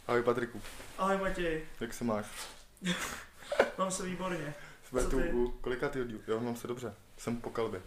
Ahoj Patriku. Ahoj Matěj. Jak se máš? Mám se výborně. Jsme tu u kolikátýho dílu? Jo, mám se dobře. Jsem po kalbě.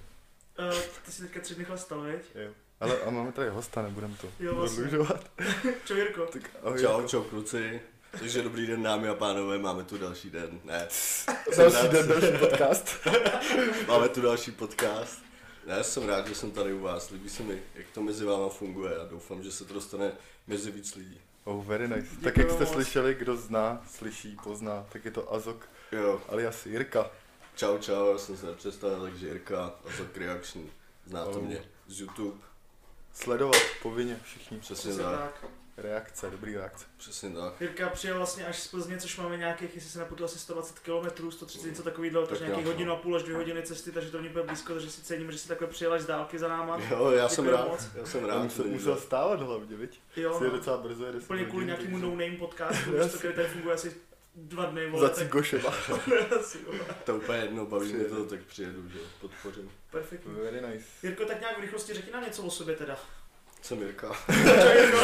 Ty jsi teďka 3 dny chlastal, viď? Jo. Ale a máme tady hosta, nebudem to vlastně. prodlužovat. Čau Jirko. Tak ahoj, Čau, Jirko. čau kluci. Takže dobrý den dámy a pánové, máme tu další den. Ne. Další den, další podcast. Máme tu další podcast. Já jsem rád, že jsem tady u vás. Líbí se mi, jak to mezi váma funguje a doufám, že se to dostane mezi víc lidí. Oh, very nice. Děkuju Tak jak jste moc. slyšeli, kdo zná, slyší, pozná, tak je to Azok Jo, alias Jirka. čau, čau, já jsem se nepředstavil, takže Jirka, Azok Reaction. Znáte mě z YouTube. Sledovat povinně všichni. Přesně Přesně tak, tak. Reakce, dobrý reakce. přesně tak. Jirka přijel vlastně až z Plzně, což máme nějakých, jestli se nepletu, asi 120 km, 130 něco takového, takže Tak nějakých nějak, hodinu a půl až 2 hodiny cesty, takže to není úplně blízko, takže si ceníme, že si takhle přijel až z dálky za náma. Jo, já jsem Děkuju rád, moc. já jsem Já rád. musel stávat hlavně, viď? Jo, Si je no. docela brzo, jede Úplně kvůli nějakému no-name podcastu, Jasně. který tady funguje asi 2 dny, vole, Za Cigoševa. asi, vole. To úplně jedno, baví mě Přijedu. to, tak přijedu, že jo, podpořím. Perfektní. Very nice. Jirko, tak nějak v rychlosti řekni nám něco o sobě teda. Jsem Jirka. Čau Jirko.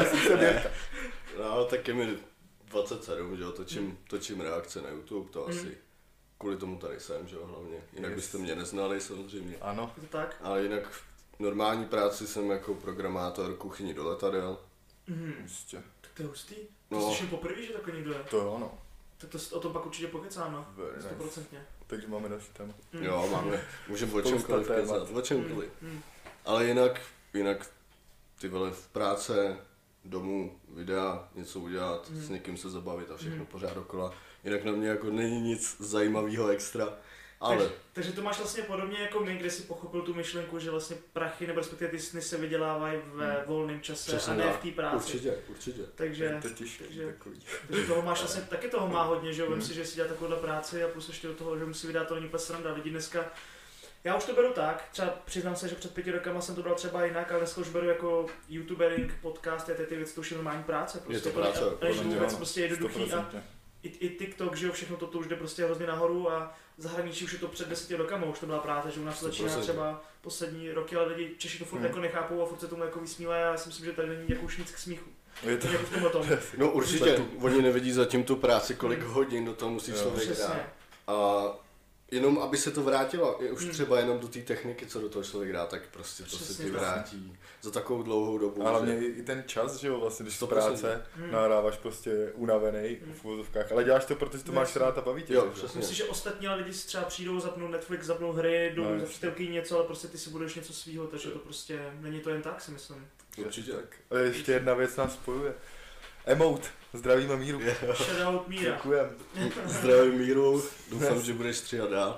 Ne. No, tak je mi 27, že jo, točím reakce na YouTube, to asi kvůli tomu tady jsem, že jo, hlavně. Jinak Yes. byste mě neznali samozřejmě. Ano. Je to tak? Ale jinak v normální práci jsem jako programátor kuchyni do letadel. Jistě. Tak to je hustý. To No. slyším poprvé, že takhle někdo je. To jo, no. Tak to o tom pak určitě pokecám, no. Very nice. 100%. Takže máme další téma. Jo, můžeme o Spousta čemkoliv témat. kecat, o čemkoliv. Mm. Ale jinak ty vole v práce, domů, videa, něco udělat, s někým se zabavit a všechno pořád dokola. Jinak na mě jako není nic zajímavého extra, ale Takže to máš vlastně podobně jako my, kde si pochopil tu myšlenku, že vlastně prachy nebo respektive ty sny se vydělávají ve volném čase přesně a ne tak. v té práci. Určitě. Takže To je těžký takže- takový. toho máš vlastně, taky toho má hodně, že jo, vem si, že si dělá takovouhle práci a plus ještě do toho, že musí vydat to není úplně sranda. Lidi dneska, já už to beru tak, třeba přiznám se, že před 5 rokama jsem to bral třeba jinak, ale dneska už beru jako youtubering, podcast, ty věci, to už je normální práce. Prostě to práce, není podle mě vůbec ano. prostě jednoduchý a 100%. i TikTok, že jo, všechno to už jde prostě hrozně nahoru a v zahraničí už je to před 10 rokama, už to byla práce, že u nás to začíná 100%. třeba poslední roky, ale lidi Češi to furt jako nechápou a furt se tomu jako vysmívají a já si myslím, že tady není jako už nic k smíchu. Je to Jako v tomhle tomu. No určitě, oni nevidí zatím tu práci, kolik hodin do toho musí Jo. člověk Přesně. dát. A jenom aby se to vrátilo, je už třeba jenom do té techniky, co do toho člověk dá, tak prostě to se Přesně ti tak. vrátí za takovou dlouhou dobu. A hlavně že- i ten čas, že jo, vlastně, když z 100%. práce nahráváš prostě unavený v uvozovkách, ale děláš to, protože to máš Jasně. rád a baví tě. Jo, že? přesně. Myslím, že ostatní lidi si třeba přijdou, zapnou Netflix, zapnou hry, jdou No, za přítelkyní něco, ale prostě ty si budeš něco svýho, takže to prostě není to jen tak, si myslím. Určitě. Tak. A ještě jedna věc nás spojuje. Emote, zdravíme míru. Shoutout Míra. Děkujem. Zdravím Míru, doufám, že budeš stříhat dál.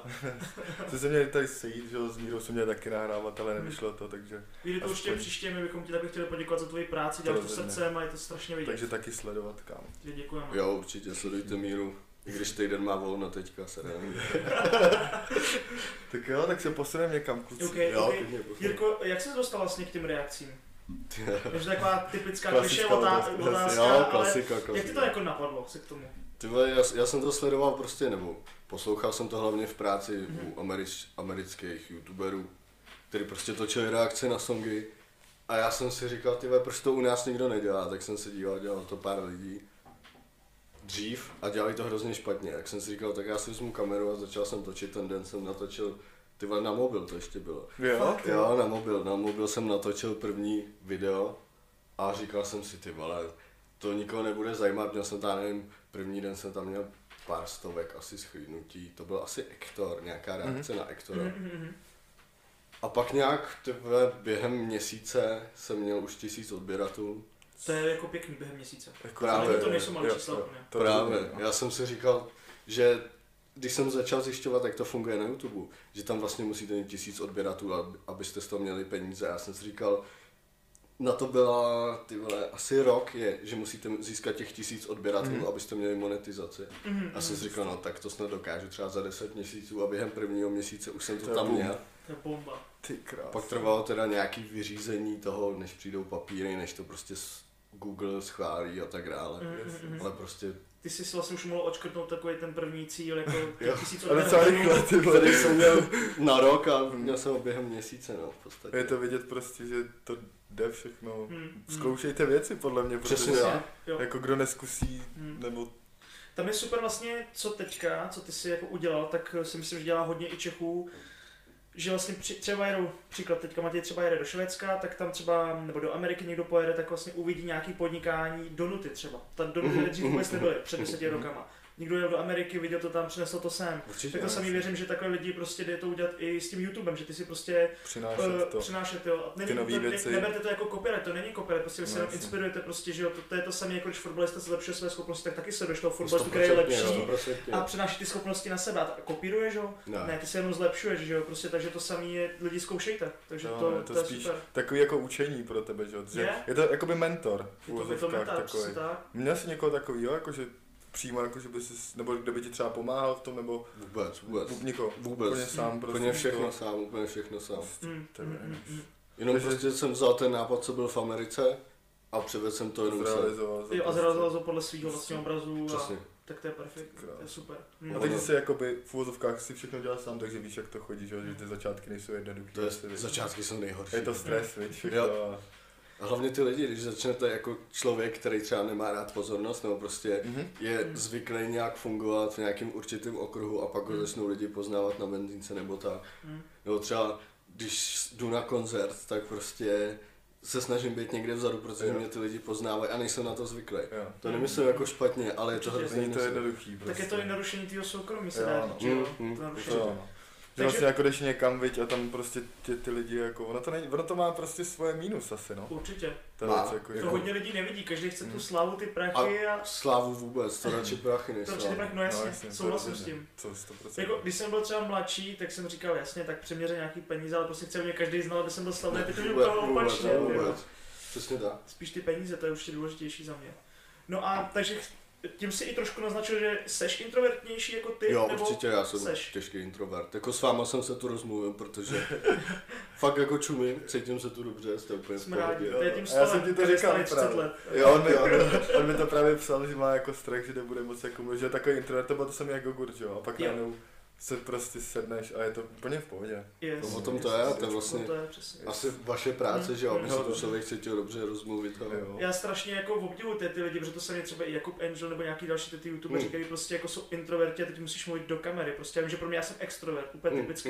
Ty se měli tady sejít, že jo, s Mírou se měli taky nahrávat, ale nevyšlo to, takže... Víte, to určitě aspoň- příště, my bychom ti takhle chtěli poděkovat za tvoji práci, děláš to rozhodně. srdcem a je to strašně vidět. Takže taky sledovat, kámo. Takže děkujeme. Jo, určitě, sledujte Míru. I když týden má volno teďka, se nevím. Tak jo, tak se posuneme někam, kluci. Okay, Jo, okay. klidně, posled. Jirko, jak jsi dostal vlastně k těm reakcím? Takže taková typická Klasická klišé otázka, otázka, Jo, ale klasika, jak ti to klasika. jako napadlo se k tomu? Ty vole, já jsem to sledoval prostě, nebo poslouchal jsem to hlavně v práci u amerických youtuberů, kteří prostě točili reakce na songy. A já jsem si říkal, ty vole, proč to u nás nikdo nedělá, tak jsem se díval, dělal to pár lidí dřív a dělali to hrozně špatně. Jak jsem si říkal, tak já si vezmu kameru a začal jsem točit, ten den jsem natočil, ty vole, na mobil to ještě bylo. Jo? Fakt? Jo, na mobil jsem natočil první video a říkal jsem si, ty vole, to nikoho nebude zajímat, měl jsem tam, nevím, první den jsem tam měl pár stovek asi schlídnutí, to byl asi Ektor, nějaká reakce na Ektora. A pak nějak, ty vole, během měsíce jsem měl už 1000 odběratelů. To je jako pěkný během měsíce. Právě, To nejsou malé jo, čísla jo. úplně. To Právě, rozumím, no. já jsem si říkal, že když jsem začal zjišťovat, jak to funguje na YouTube, že tam vlastně musíte mít 1000 odběratelů, abyste z toho měli peníze. Já jsem si říkal, na to byla, ty vole, asi rok je, že musíte získat těch 1000 odběratelů, abyste měli monetizaci. A jsem si říkal, no tak to snad dokážu třeba za 10 měsíců a během prvního měsíce už jsem to To je tam boom. měl. To je bomba. Ty krás. Pak trvalo teda nějaký vyřízení toho, než přijdou papíry, než to prostě Google schválí a tak dále. Ale prostě Ty jsi si vlastně už mohl odškrtnout takový ten první cíl, jako Jo. 1000 Ale docela rychle, ty vole. který jsem měl na rok a měl jsem ho během měsíce, no, v podstatě. Je to vidět prostě, že to jde všechno. Hmm. Zkoušejte věci podle mě, Přesně protože tak. Jo. jako kdo neskusí, nebo Tam je super vlastně, co teďka, co ty si jako udělal, tak si myslím, že dělá hodně i Čechů, že vlastně třeba jedou, příklad teďka Matěj třeba jede do Švédska, tak tam třeba, nebo do Ameriky někdo pojede, tak vlastně uvidí nějaký podnikání Donuty třeba. Ta Donuty dřív vůbec nebyly před 10 rokama. Někdo jel do Ameriky, viděl to tam, přinesl to sem. Určitě, Tak to samý věřím, že takhle lidi prostě jde to udělat i s tím YouTubem, že ty si prostě přinášet jo. ty nový věci. Neberte to jako copyright, to není copyright, prostě vy se jenom inspirujete prostě, že jo, to je to samé, jako když fotbalista se zlepšuje své schopnosti, tak taky se toho fotbalistu, který je lepší a přináší ty schopnosti na sebe a kopíruješ ho, ne, ty se jenom zlepšuješ, že jo, prostě, takže to samé je, lidi zkoušejte, takže no, to je spíš super. Takový jako učení pro tebe, že je to jakoby mentor v úvozovkách takový. Měl jsi někoho takovýho, jakože přímo, jako, že by si, nebo kdo by ti třeba pomáhal v tom, nebo vůbec. Nikoho, Vůbec. Úplně sám, prostě. Úplně všechno sám. Takže Jenom prostě jsem vzal ten nápad, co byl v Americe a převedl jsem to jenom a zrealizoval to podle svého vlastního obrazu. Přesně. Tak to je perfektní, to je super. A takže si jakoby v úvozovkách si všechno dělal sám, takže víš, jak to chodí, že ty začátky nejsou jednoduché. Začátky jsou nejhorší. Je to stres, víš, všechno. A hlavně ty lidi, když začnete jako člověk, který třeba nemá rád pozornost, nebo prostě je zvyklý nějak fungovat v nějakém určitém okruhu a pak ho začnou lidi poznávat na benzínce nebo tak. Nebo třeba, když jdu na koncert, tak prostě se snažím být někde vzadu, protože mě ty lidi poznávají a nejsem na to zvyklý. To nemyslím jako špatně, ale je to hrozně jednoduchý. Tak je to i narušení tvýho soukromí, se dá říct, jo? Že vlastně jako jdeš někam, viď, a tam prostě ty lidi jako, ono to má prostě svoje mínus asi, no. Určitě. To hodně lidí nevidí, každý chce tu slávu, ty prachy a... Slávu vůbec, to radši prachy než slávu. No jasně, souhlasím s tím. Jako, když jsem byl třeba mladší, tak jsem říkal jasně, tak přeměře nějaký peníze, ale prostě chce mě každý znal, aby jsem byl slavný, teď to mě úplně opačně. Přesně tak. Spíš ty peníze, to je určitě důležitější za mě. No a takže tím si i trošku naznačil, že seš introvertnější jako ty? Jo, nebo určitě, já jsem těžký introvert. Jako s váma jsem se tu rozmluvil, protože fakt jako čumím, cítím se tu dobře, jste úplně v pohodě. Já jsem ti to říkal právě. Jo, on mi to právě psal, že má jako strach, že nebude moc jako mluvit, že takový introvert, to jsem jako gurt, jo, a pak najednou se prostě sedneš a je to úplně v pohodě. O tom to je vlastně asi vaše práce, že aby se tu člověk cítil dobře rozmluvit. Já strašně jako obdivuji ty lidi, protože to se mě třeba i Jakub Angel nebo nějaký další ty YouTubeři, kteří prostě jako jsou introverti a teď musíš mluvit do kamery, prostě já vím, že pro mě já jsem extrovert, úplně typický.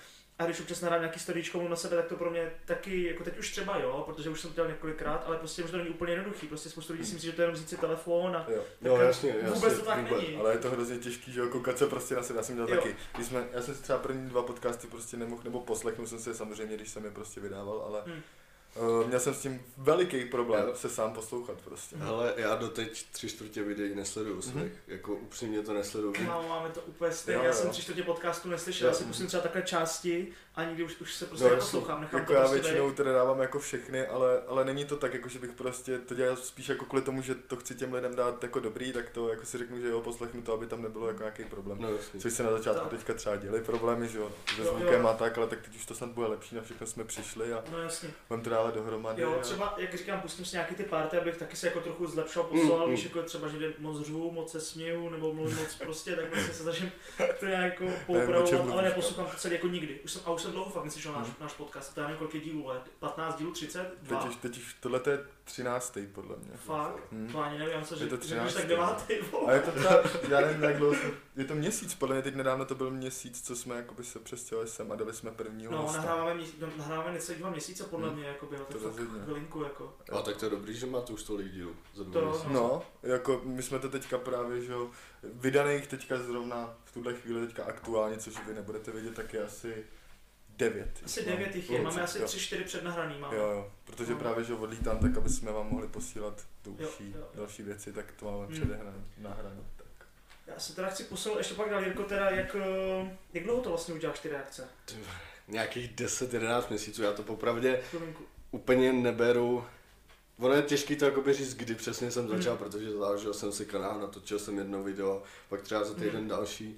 A když občas nahrám nějaký storíčko na sebe, tak to pro mě taky, jako teď už třeba jo, protože už jsem to dělal několikrát, ale prostě už to není úplně jednoduchý, prostě spoustu lidí si myslí, že to je jenom vzít si telefon a jasně, vůbec to tak není. Ale je to hrozně těžký, že jo, koukat se prostě na sebe, já jsem dělal taky. Já jsem si třeba první 2 podcasty prostě nemohl, nebo poslechnul jsem se samozřejmě, když jsem je prostě vydával, ale měl jsem s tím veliký problém se sám poslouchat prostě. Ale já doteď 3/4 videí nesleduju svých, jako upřímně to nesleduju. Máme to úplně stejně, já jsem 3/4 podcastu neslyšel, já si pustím třeba takhle části a nikdy už se prostě neposlouchám, nechám jako to já prostě většinou teda dávám jako všechny, ale není to tak, jako že bych prostě to dělal spíš jako kvůli tomu, že to chci těm lidem dát jako dobrý, tak to jako si řeknu, že jo, poslechnu to, aby tam nebylo jako nějaký problém. Což se na začátku teďka třeba dělají problémy, že jo, se zvukem a tak, ale tak teď už to snad bude lepší, na všechno jsme přišli a mám to dále dohromady. Jo, třeba, jak říkám, pustím si nějaký ty party, abych taky se jako trochu zlepšil, poslal, víš, jako třeba, že moc řvu, moc se směju, nebo mluvím moc prostě, tak vlastně se začím to nějak jako poupravovat, ale neposlouchám to celý jako nikdy. Už jsem dlouho fakt neslyšel náš podcast, to já nevím, kolik je dílů, ale 15 dílů, 30? Teď už tohle je 13. podle mě. Fakt? To ani nevím, já myslím, že už tak 9. A je to třeba, já nevím, jak dlouho je to měsíc, podle mě teď nedávno to byl měsíc, co jsme jakoby se přestěhovali sem a dali jsme prvního hosta. Nahráváme necelý 2 měsíce podle mě, jakoby, to fakt chvilinku, jako. A tak to je dobrý, že máte už tolik dílů za 2 měsíce. No, jako my jsme to teďka právě, že jo, vydaných teďka zrovna v tuhle chvíli teďka aktuálně, což vy nebudete vědět, tak je asi 9. Asi 9 jich je, máme asi 3-4 přednahraný. Jo, protože právě, že odlítám tak, aby jsme vám mohli posílat další věci, tak to máme přednahrané. Já se teda chci posunout ještě pak dál, Jirko, teda jak dlouho to vlastně uděláš ty reakce? Nějakých 10-11 měsíců, já to popravdě úplně neberu. Ono je těžký to jakoby říct, kdy přesně jsem začal, protože založil jsem si kanál, natočil jsem jedno video, pak třeba za týden další,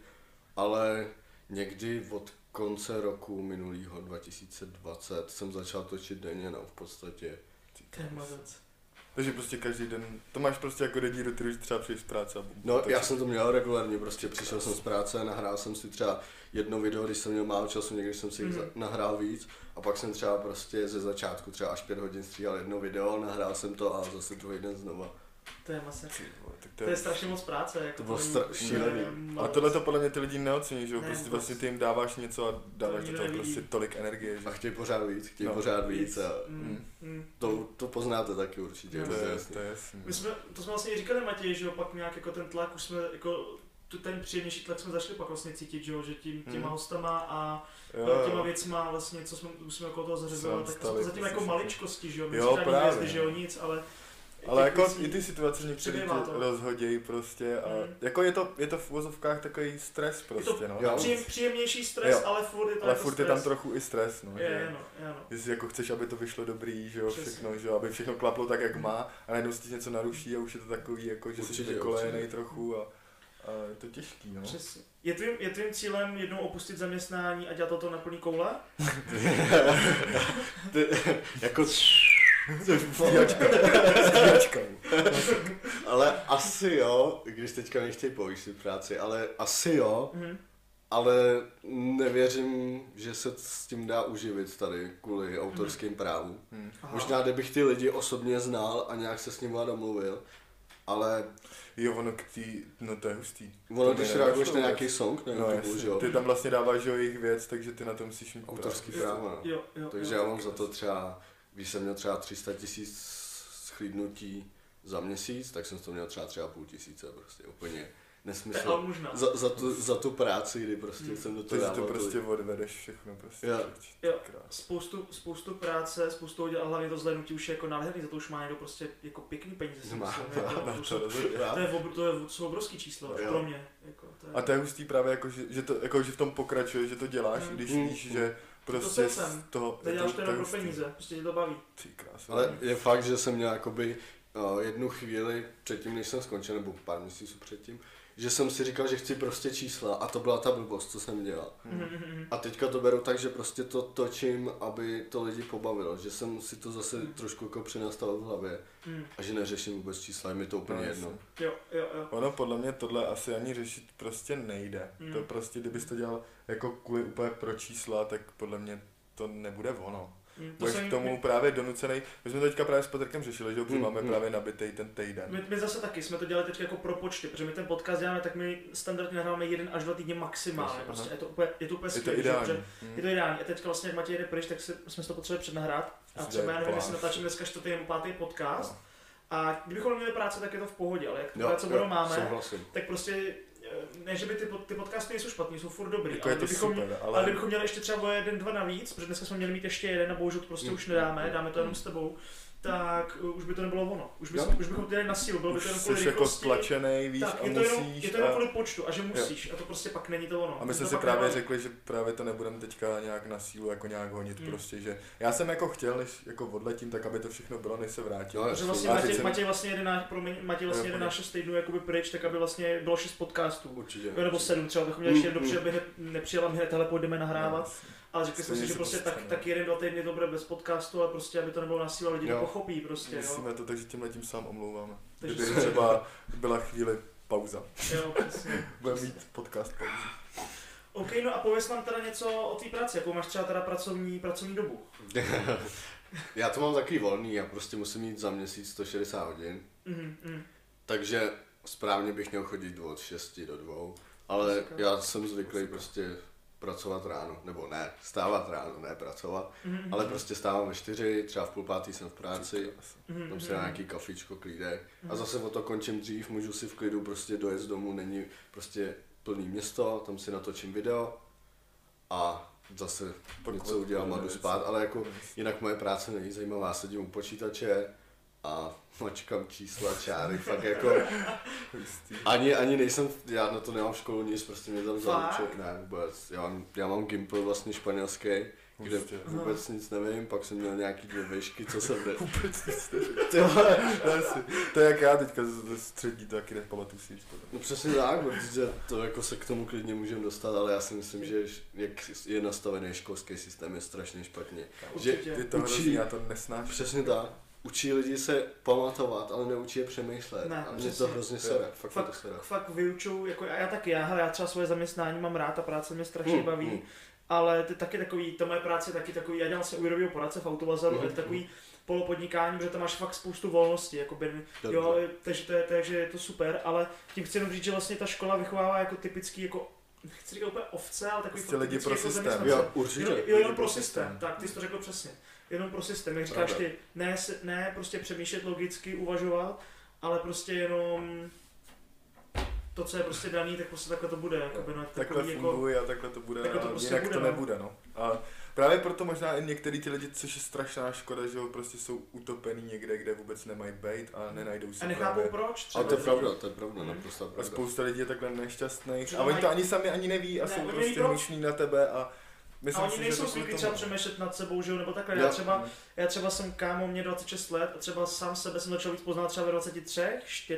ale někdy od konce roku minulého 2020 jsem začal točit denně, no v podstatě. Takže prostě každý den, to máš prostě jako denní rutinu, že třeba přijdeš z práce. No já jsem to měl regulárně, prostě přišel jsem z práce, nahrál jsem si třeba jedno video, když jsem měl málo času, někdy jsem si jich nahrál víc a pak jsem třeba prostě ze začátku třeba až 5 hodin stříhal jedno video, nahrál jsem to a zase druhý den znova. To je masakr. To je strašně moc práce. Jako to bylo šílený. A tohle to podle mě ty lidi neocení, že jo? Prostě vlastně ty jim dáváš něco a dáváš do toho prostě tolik energie, že? A chtějí pořád víc a to poznáte taky určitě. No, to je jasný. To jsme vlastně říkali Matěji, že jo, pak nějak jako ten tlak, už jsme jako ten příjemnější tlak jsme začali pak vlastně cítit, že těma hostama a těma věcma vlastně, co jsme okolo toho zařizovali, tak to jsou zatím jako maličkosti, že jo, my jsme žádný hvězdy, že jo, nic, ale jako i ty situace některé tě rozhodějí prostě a jako je to v uvozovkách takový stres prostě, no. Příjemnější stres, ale furt je to ale furt je tam trochu i stres, no. Je. Jestli jako chceš, aby to vyšlo dobrý, že jo, všechno, že jo, aby všechno klaplo tak, jak má a najednou si něco naruší a už je to takový, jako že jsi vykolejenej trochu a je to těžký, no. Přesně. Je tvým cílem jednou opustit zaměstnání a dělat to na plný koule? Jako stíhačka. Ale asi jo, když teďka nechtějí povýšit práci, ale asi jo, ale nevěřím, že se s tím dá uživit tady kvůli autorským právům. Možná, kdybych ty lidi osobně znal a nějak se s nimi domluvil, ale... Jo, no to je hustý. Ono, když reaguješ na nějaký song, no YouTube, ty tam vlastně dáváš jejich věc, takže ty na to musíš mít autorský právo. Takže já mám za to třeba, když jsem měl třeba 300 000 shlídnutí za měsíc, tak jsem to měl třeba 3 500 prostě úplně nesmysl. Za tu práci, kdy prostě jsem do toho dával. To prostě odvedeš všechno prostě. Jo. Spoustu práce, spoustu hodin, ale hlavně to zhlédnutí už je jako nádherný, za to už má někdo prostě jako pěkný peníze. To jsou obrovský číslo pro mě. A to je hustý právě, že v tom pokračuje, že to děláš, když víš, že prostě z toho... Neděláš to jenom pro peníze, prostě tě to baví. Ale je fakt, že jsem měl jakoby jednu chvíli předtím, než jsem skončil, nebo pár měsíců předtím, že jsem si říkal, že chci prostě čísla a to byla ta blbost, co jsem dělal. A teďka to beru tak, že prostě to točím, aby to lidi pobavilo, že jsem si to zase trošku jako přenastavil v hlavě a že neřeším vůbec čísla, je mi to úplně jedno. Jo. Ono podle mě tohle asi ani řešit prostě nejde. To prostě, kdybys to dělal jako kvůli úplně pro čísla, tak podle mě to nebude ono. Budeš k tomu právě donucený. My jsme to teďka právě s Petrkem řešili, že máme právě nabitej ten týden. My zase taky jsme to dělali teď jako pro počty, protože my ten podcast děláme, tak my standardně nahráváme 1 až 2 týdny maximálně. Prostě je to úplně skvělé, je to ideální. A teďka vlastně, jak Matěj jde pryč, tak jsme to potřebovali přednahrát. A třeba já nevím, jestli natáčíme dneska 4. nebo 5. podcast. A kdybychom měli práci, tak je to v pohodě, ale jak tu práci máme, tak prostě ne, že by ty podcasty nejsou špatný, jsou furt dobrý, jako ale kdybychom měli ještě třeba 1-2 navíc, protože dneska jsme měli mít ještě jeden a bohužel to prostě už nedáme to jenom s tebou, tak už by to nebylo ono. Už bychom to dělali na sílu, bylo by to jenom kvůli rychlosti. Jako stlačenej, víš, tak, a musíš. Je to jenom kvůli počtu a že musíš a to prostě pak není to ono. A my jsme si právě řekli, že právě to nebudeme teďka nějak na sílu jako nějak honit prostě, že já jsem jako chtěl, než jako odletím, tak aby to všechno bylo, než se vrátil. Protože vlastně Matěj vlastně jede na 6 týdnů jakoby pryč, tak aby vlastně bylo 6 podcastů. Určitě. Nebo 7 třeba, bychom měli ještě jedno, protože by nepřijela hned, hele, půjdeme nahrávat. Ale řekli jsme si, že prostě tak 1-2 týdny to bude bez podcastu, ale prostě, aby to nebylo na sílu, lidi to pochopí prostě. Myslíme to, takže tímhletím sám omlouváme. Kdyby třeba byla chvíli pauza. Jo, přesně. Budeme mít podcast pauzu. OK, no a pověz nám teda něco o té práci, jakou máš třeba teda pracovní dobu? Já to mám takový volný, já prostě musím mít za měsíc 160 hodin. Takže správně bych měl chodit od 6 do 2, ale já jsem zvyklý prostě pracovat ráno, nebo ne, stávat ráno, ne pracovat, ale prostě stávám ve 4, třeba v 4:30 jsem v práci, tam si dám nějaký kafičko, klídek a zase o to končím dřív, můžu si v klidu prostě dojet domů, není prostě plný město, tam si natočím video a zase něco udělám a jdu spát, ale jako jinak moje práce není zajímavá, sedím u počítače a mačkám čísla, čáry, fakt jako ani nejsem, já na to nemám školu nic, prostě mě tam zaučit, ne vůbec, já mám Gimple vlastně španělský, kde vůbec nic nevím, pak jsem měl nějaký 2 výšky, co jsem jde. Vůbec nic nevím. To je jak já teďka ze střední, to taky nepamatuji si. No přesně tak, protože to jako se k tomu klidně můžeme dostat, ale já si myslím, že jak je nastavený školský systém je strašně špatně. Že ty to hrozí, já to nesnáším. Přesně tak. učí lidi se pamatovat, ale neučí je přemýšlet. Ne, a mě to hrozně sere. Fakt vyučuju, jako já taky, já třeba svoje zaměstnání mám rád, ta práce mě strašně baví, ale ty taky takový, ta moje práce je taky takový, já dělám se úvěrovýho poradce v Autobazaru, je to takový polopodnikání, protože tam máš fakt spoustu volností, jakoby, jo, takže je to super, ale tím chci jenom říct, že vlastně ta škola vychovává jako typický, jako nechci říkat úplně ovce, ale takový prostě lidi pro jako systém. Jo, určitě. Jenom pro systém, tak ty jsi to řekl přesně. Jenom pro systém, jak říkáš ty, ne prostě přemýšlet logicky, uvažovat, ale prostě jenom to, co je prostě daný, tak prostě takhle to bude. Jakoby, no, takhle funguje a takhle to bude takhle to prostě jinak bude, to nebude. No. A právě proto možná i některý ty lidi, což je strašná škoda, že prostě jsou utopený někde, kde vůbec nemají bejt a nenajdou si a nechápou proč. Ale to je pravda, naprosto pravda. A spousta lidí je takhle nešťastných třeba a oni to ani sami ani neví a jsou prostě hnušní na tebe a myslím a oni nejsou zvyklí třeba přemýšlet nad sebou, že jo, nebo takhle. Já třeba jsem kámo, mě 26 let a třeba sám sebe jsem začal víc poznat třeba ve 23, 4.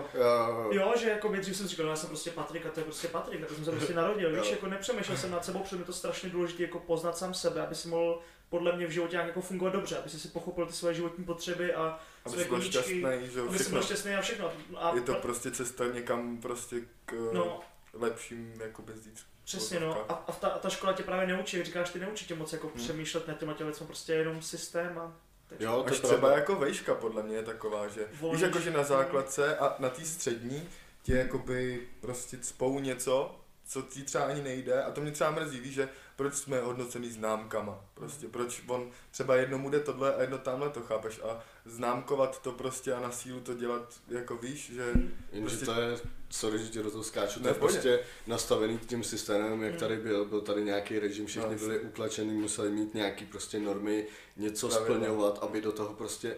Jo, že jako dřív jsem říkal, já jsem prostě Patrik a to je prostě Patrik, tak jsem se prostě narodil, víš, jako nepřemýšlel jsem nad sebou, protože mi to strašně důležité jako poznat sám sebe, aby si mohl podle mě v životě nějak jako fungovat dobře, aby si pochopil ty svoje životní potřeby a své koníčky, aby si byl šťastný a všechno. A je to prostě cesta někam prostě k lepším jako bezdíc. Přesně no, a ta škola tě právě neučí, jak říkáš, ty neučí tě moc jako přemýšlet nad těma věcmi, prostě jenom systém a... Jo, to třeba jako vejška podle mě je taková, že víš jako, že na základce a na té střední tě jakoby prostě cpou něco, co ti třeba ani nejde a to mě třeba mrzí, víš, že proč jsme hodnocený známkama, prostě proč on třeba jednomu jde tohle a jedno tamhle to, chápeš, a známkovat to prostě a na sílu to dělat, jako víš, že... Prostě... to je, sorry, že tě do toho skáču, to je prostě nastavený tím systémem, jak tady byl tady nějaký režim, všichni byli utlačený, museli mít nějaký prostě normy, něco splňovat, aby do toho prostě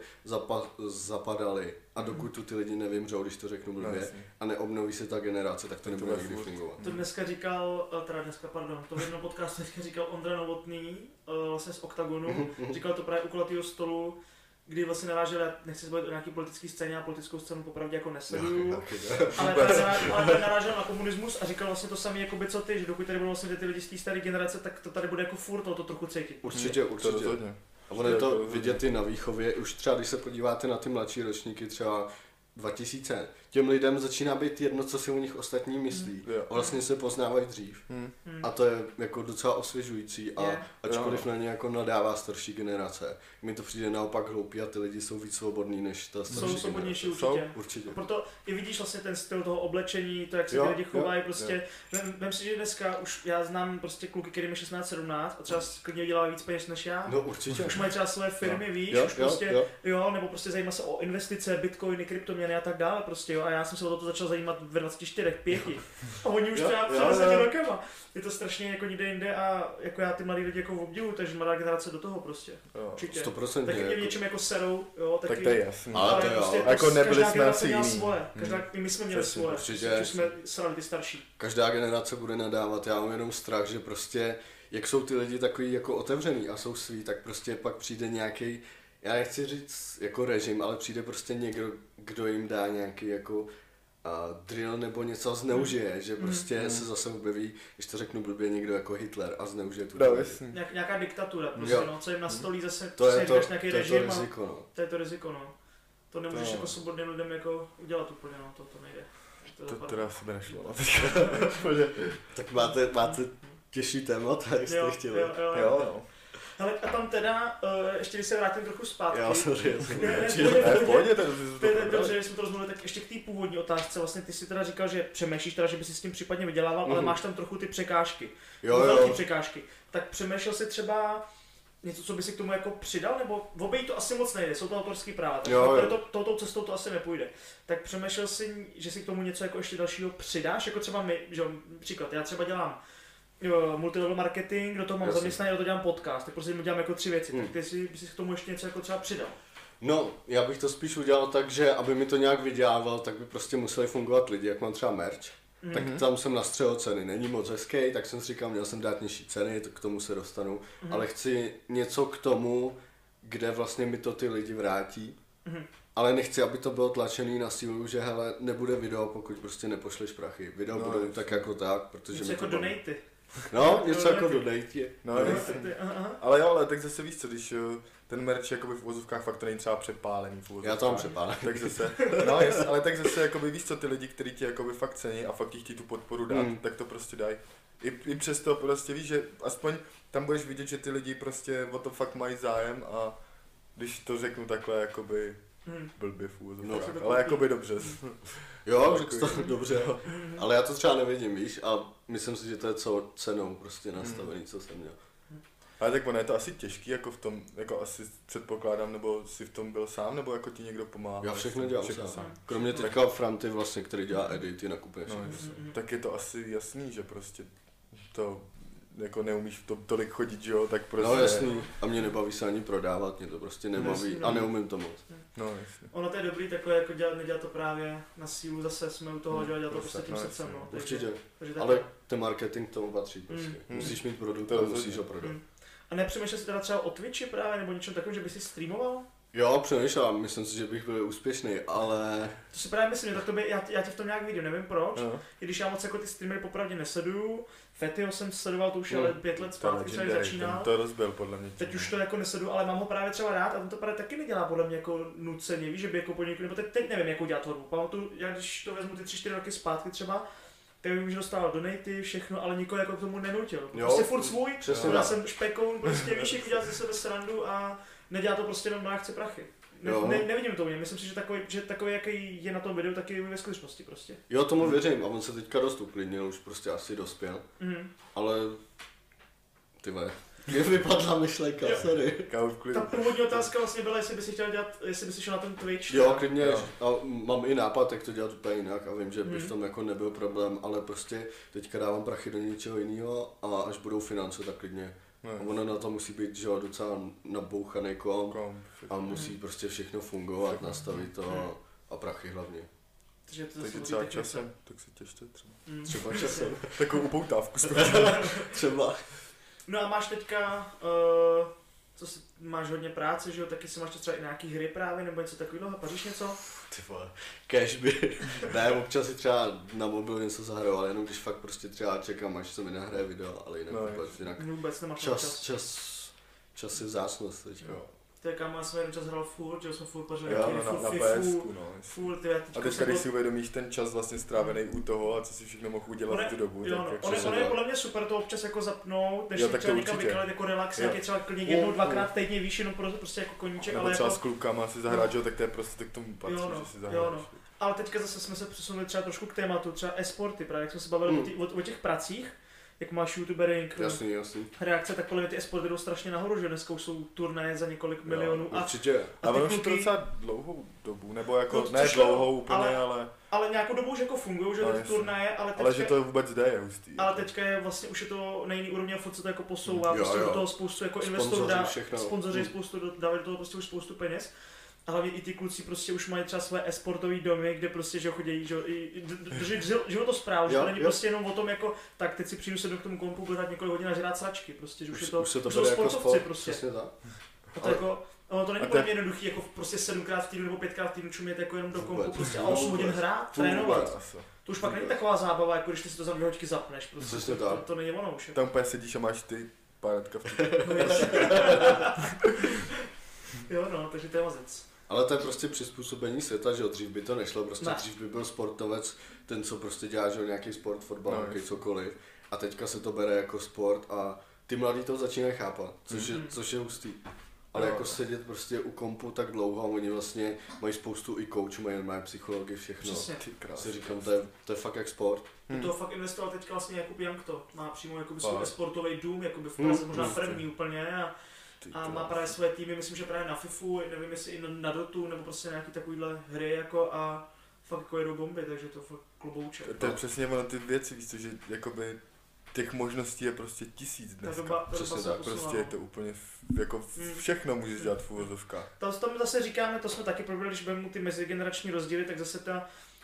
zapadali. A dokud tu ty lidi nevymřou, když to řeknu blbě, a neobnoví se ta generace, tak to nebude nikdy fungovat. To dneska říkal, to v jednom podcastu říkal Ondra Novotný, vlastně z Oktagonu, říkal to právě u kulatýho stolu, kdy vlastně narážel, já nechci se bavit o nějaký politický scéně, a politickou scénu popravdě jako nesleduju, ale narážel na komunismus a říkal vlastně to samé, jako by co ty, že dokud tady budou vlastně ty lidi z té staré generace, tak to tady bude jako furt to trochu cítit. Určitě. A ono je to vidět i na výchově, už třeba když se podíváte na ty mladší ročníky, třeba 2000, těm lidem začíná být jedno, co si o nich ostatní myslí. A vlastně se poznávají dřív. A to je jako docela osvěžující a ačkoliv na ně jako nadává starší generace. Mi to přijde naopak hloupý a ty lidi jsou víc svobodní než ta starší generace. Jsou svobodnější určitě. Proto i vidíš vlastně ten styl toho oblečení, to jak se ty lidi chovají, prostě. Vem si, že dneska už já znám prostě kluky, kterým je 16-17 a třeba klidně dělají víc peněz než já. No určitě. Už mají třeba své firmy, víš, už prostě nebo prostě zajímá se o investice, bitcoiny, kryptoměny a tak dále prostě. A já jsem se o to začal zajímat ve 24, 5. A oni už třeba před 10 rokama. Je to strašně jako nikde jinde a jako já ty mladý lidi jako obdivuju, takže mladá generace do toho prostě. Určitě. 100%. Taky mě v něčem jako serou, jo, taky. Tak to je jasný. Ale prostě jako nebyli jsme asi jiný. Svoje. My jsme měli svoje. Určitě. Že jsme srali ty starší. Každá generace bude nadávat, já mám jenom strach, že prostě, jak jsou ty lidi takový jako otevřený a jsou svý, tak prostě pak přijde nějaký, já nechci říct jako režim, ale přijde prostě někdo, kdo jim dá nějaký jako drill nebo něco zneužije, že prostě se zase objeví, když to řeknu blbě, někdo jako Hitler a zneužije tu nějaká diktatura, prostě, co jim nastolí zase nějaký režim. To je to riziko, no. To nemůžeš jako svobodným lidem jako udělat úplně, no, to nejde. To teda sebe nešlo. Tak máte těžší témata, jak jste chtěli. Jo. Hele, a tam teda, ještě když se vrátím trochu zpátky. Já samozřejmě. Dobře, když jsme to rozmluvili, tak ještě k té původní otázce. Vlastně ty si teda říkal, že přemýšlíš teda, že by si s tím případně vydělával, ale máš tam trochu ty překážky. Velké překážky. Tak přemýšlel si třeba něco, co by si k tomu jako přidal, nebo v obejít to asi moc nejde, jsou to autorský práva, tak touto cestou to asi nepůjde. Tak přemýšlel si, že si k tomu něco jako ještě dalšího přidáš, jako třeba my, že příklad, já třeba dělám multilevel marketing, do toho mám zaměstnání a do toho dělám podcast, tak prostě dělám jako 3 věci, tak ty by si k tomu ještě něco jako třeba přidal. No, já bych to spíš udělal tak, že aby mi to nějak vydělával, tak by prostě museli fungovat lidi, jak mám třeba merch. Tak tam jsem nastřelil ceny, není moc hezký, tak jsem si říkal, měl jsem dát nižší ceny, k tomu se dostanu, ale chci něco k tomu, kde vlastně mi to ty lidi vrátí, ale nechci, aby to bylo tlačený na sílu, že hele, nebude video, pokud prostě nepošleš prachy, video budou tak jako tak, protože mi jako to donaty. No, něco jako donate. No, ale tak zase víš co, když ten merch jakoby v uvozovkách fakt to není třeba přepálený v uvozovkách. Já to mám přepálený. Tak zase, ale tak zase jakoby víš co, ty lidi, kteří ti jakoby fakt cení a fakt ti chtějí tu podporu dát, tak to prostě dají. I přesto prostě víš, že aspoň tam budeš vidět, že ty lidi prostě o to fakt mají zájem a když to řeknu takhle jakoby blbě v uvozovkách, ale jakoby dobře. Jo, řekl to dobře, ale já to třeba nevidím, víš, a myslím si, že to je cenou prostě nastavený, co jsem měl. Ale tak ono je to asi těžký, jako v tom, jako asi předpokládám, nebo si v tom byl sám, nebo jako ti někdo pomáhá? Já všechno dělám sám. Kromě teďka Franty vlastně, který dělá edity, nakupuje všechno. Tak je to asi jasný, že prostě to jako neumíš v tom tolik chodit, že jo, tak prostě... No jasný, a mě nebaví se ani prodávat, mě to prostě nebaví a neumím to moc. No jasný. Ono to je dobrý takhle, jako nedělat to právě na sílu, zase jsme u toho, že dělat to prostě tím srdcem, no. Určitě, ale ten marketing k tomu patří prostě. Musíš mít produkt a musíš ho prodat. A nepřemýšlel jsi teda třeba o Twitchi právě, nebo něčem takovým, že bys si streamoval? Jo, přemýšlel, myslím si, že bych byl úspěšný, ale... To si právě myslím, tak to by, já tě v tom nějak vidím, nevím proč, i když já moc jako ty streamery popravdě nesleduju, Fettyho jsem sledoval, to už je 5 let zpátky, co začínal. To rozbil podle mě. Teď už to jako nesleduju, ale mám ho právě třeba rád a on to právě taky nedělá podle mě jako nuceně, víš, že by jako po několik, nebo teď nevím, jakou dělat tvorbu. Pamatuju, já když to vezmu ty 3-4 roky zpátky třeba, tak bych už dostal donaty, všechno, ale nikoho jako k tomu nenutil. Prostě furt svůj, já jsem špekoun, prostě víš, jak udělat ze sebe srandu a nedělá to prostě jenom na chce prachy. Nevidím to u něj, myslím si, že takový, jaký je na tom videu, taky je ve skutečnosti prostě. Jo, tomu věřím a on se teďka dost uklidnil, už prostě asi dospěl, ale tyhle, mě vypadla myšlenka, sorry. Ta původní otázka vlastně byla, jestli by si chtěl dělat, jestli by si šel na ten Twitch. Jo, klidně, a mám i nápad, jak to dělat úplně jinak a vím, že by v tom jako nebyl problém, ale prostě teďka dávám prachy do něčeho jiného a až budou finance, tak klidně. A ono na to musí být, že jo, docela nabouchaný komp a musí prostě všechno fungovat, nastavit to a prachy hlavně. Takže třeba časem, tak si těšte třeba. Třeba časem. Takovou upoutávku. Třeba. No a máš teďka, máš hodně práce, že jo, taky si máš třeba i nějaký hry právě, nebo něco takového, paříš něco? Ty vole, cashby. Ne, občas si třeba na mobilu něco zahraju, ale jenom když fakt prostě třeba čekám, až se mi nahraje video, ale jinak nemáš čas je vzácnost teďka. Tak já jsem jeden čas hrál furt, že jsme furt pařili na PSku, no. Furt, a teďka, když si uvědomíš ten čas vlastně strávený u toho a co si všechno mohl udělat v tu dobu, ono je podle mě super to občas jako zapnout, než si třeba někam vykalit jako relax, jak je třeba klidně jednou, dvakrát týdně víš, jenom prostě jako koníček, ale třeba jako... s klukama si zahrát, že tak to je prostě k tomu patří, že si zahráš. Ale teďka zase jsme se přesunuli třeba trošku k tématu, třeba e-sporty, právě jak jsme se bavili o těch pracích, jak máš youtubering, jasný. reakce, tak podle mě ty e-sporty jdou strašně nahoru, že dneska už jsou turnaje za několik milionů. Určitě. A ono už to docela dlouhou dobu, nebo jako ne dlouhou úplně, ale nějakou dobu už jako fungují, že ty turnaje, ale teďka... Ale že to vůbec jde, je hustý. Ale teďka je vlastně, už je to na jiný úrovni a furt se to jako posouvá, prostě do toho spoustu jako investorů sponzoři spoustu, dávají do toho prostě už spoustu peněz. A hlavně i ty kluci prostě už mají třeba své e-sportové domy, kde prostě že chodí, že drží životosprávu, že to není prostě jenom o tom jako, tak teď si přijdu se do k tomu kompu, budu hrát několik hodin a žrát sračky, prostě, že už jsou sportovci jako prostě. A to jako, ono to není úplně jednoduchý, jako prostě 7krát v týdnu nebo 5krát v týdnu čumět jako jenom do kompu prostě a 8 hodin hrát, trénovat. To už pak není taková zábava, jako když ty si to za 2 hodiny zapneš, prostě to není ono už. Tam úplně sedíš a máš ty páratka v týdnu. Jo no, takže to je mazec. Ale to je prostě přizpůsobení světa, že jo, dřív by to nešlo, prostě dřív by byl sportovec, ten co prostě dělá, že jo, nějaký sport, fotbal, nějaký cokoliv a teďka se to bere jako sport a ty mladí to začínají chápat, což je hustý. Ale jako sedět prostě u kompu tak dlouho a oni vlastně mají spoustu i coachů, mají psychologi, všechno. Přesně. Si říkám, to je fakt jak sport. Do toho fakt investoval teďka vlastně Jakub Jankto, má přímo jakoby svůj sportový dům, jakoby v Praze možná první úplně a má právě své týmy, myslím, že právě na FIFU, nevím jestli i na Dotu, nebo prostě nějaký takovýhle hry jako a fakt jako jedou bomby, takže to fakt klobouček. To je přesně ono ty věci, víš co, že jakoby těch možností je prostě 1000 dneska. Přesně tak, prostě je to úplně jako všechno můžeš dělat v uvozovkách. To tam zase říkáme, to jsme taky probrali, když budeme ty mezigenerační rozdíly, tak zase ta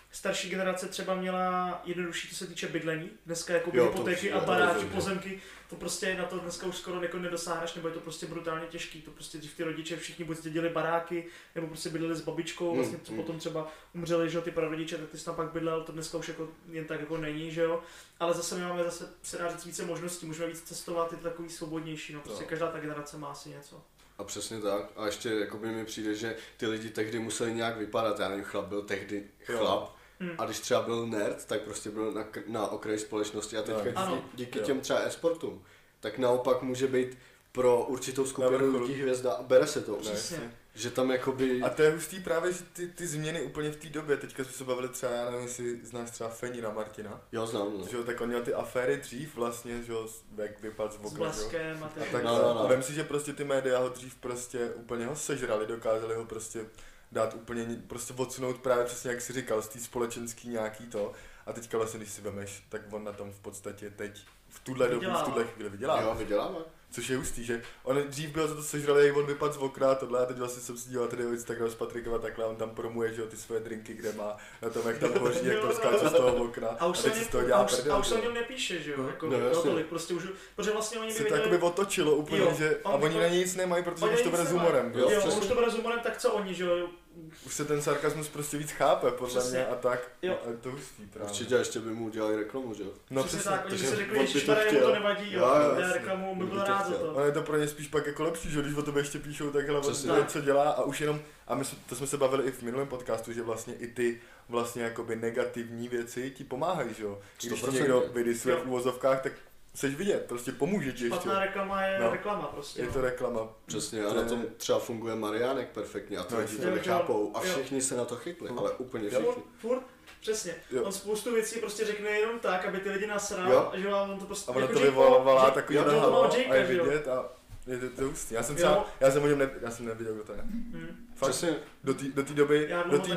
starší generace třeba měla jednodušší, co se týče bydlení. Dneska jako hypotéky a baráky, pozemky, to prostě na to dneska už skoro jako nedosáhneš, nebo je to prostě brutálně těžký. To prostě dřív ty rodiče všichni buď dělali baráky, nebo prostě bydleli s babičkou, vlastně co potom třeba umřeli, že jo, ty prarodiče, tak ty jsi tam pak bydlel, to dneska už jako jen tak jako není, že jo. Ale zase my máme se dá říct více možností, můžeme víc cestovat, je to takový svobodnější, no prostě každá ta generace má asi něco. A přesně tak. A ještě jakoby mi přijde, že ty lidi tehdy museli nějak vypadat. Já nevím, chlap byl tehdy chlap. A když třeba byl nerd, tak prostě byl na okraji společnosti. A teďka díky těm třeba e-sportům, tak naopak může být pro určitou skupinu lidí hvězda a bere se to. Že tam jakoby... A to je hustý právě, že ty změny úplně v té době, teďka jsme se bavili třeba, já nevím, jestli znáš třeba Fenina Martina. Jo, znám. Že jo, tak on měl ty aféry dřív vlastně, že jo, jak vypadl z okna, s Blaskem a tak. A vem si, že prostě ty média ho dřív prostě úplně ho sežrali, dokázali ho prostě dát úplně, prostě odsunout právě přesně jak jsi říkal, z té společenský nějaký to. A teďka vlastně, když si vemeš, tak on na tom v podstatě teď v tuhle dobu, v tuhle chvíli vydělává. Jo, vydělává. Což je hustý, že on dřív byl za to sežralý, jak on vypadl z okna a tohle a teď vlastně jsem si díval tady o Instagram z Patrikova takhle a on tam promuje, že jo, ty svoje drinky, kde má na tom, jak tam hoří, jak to skáče z toho okna a teď si z toho dělá prdel. A už se o něm nepíše, že jo, jako tolik, prostě už, protože vlastně oni by věděli... Se to jakoby otočilo úplně, jo, že a oni na ně nic nemají, protože už to bude s humorem. Jo, už to bude s humorem, tak co oni, že jo. Už se ten sarkasmus prostě víc chápe, podle mě, a tak. Jo. A to hustý právě. Určitě ještě by mu udělali reklamu, že jo? No přesně tak, oni si řekli, ježišmarja, mu to nevadí, jo, já reklamu, by byl rád za to. Ale je to pro ně spíš pak jako lepší, že když o tobě ještě píšou, tak hele, co dělá a už jenom, a my to jsme se bavili i v minulém podcastu, že vlastně i ty vlastně jakoby negativní věci ti pomáhají, že jo? Když ti někdo vydisuje v uvozovkách, tak chceš vidět, prostě pomůže ti ještě. Špatná reklama je reklama prostě. Je to reklama. Přesně, a na tom třeba funguje Mariánek perfektně a to lidi to nechápou a všichni se na to chytli, ale úplně všichni. Furt, přesně. On spoustu věcí prostě řekne jenom tak, aby ty lidi nasral, že on to prostě... A ono to vyvolává takový nahalo a je vidět a je to hustý. Já jsem o něm neviděl, kdo to je. Přesně. Do té doby,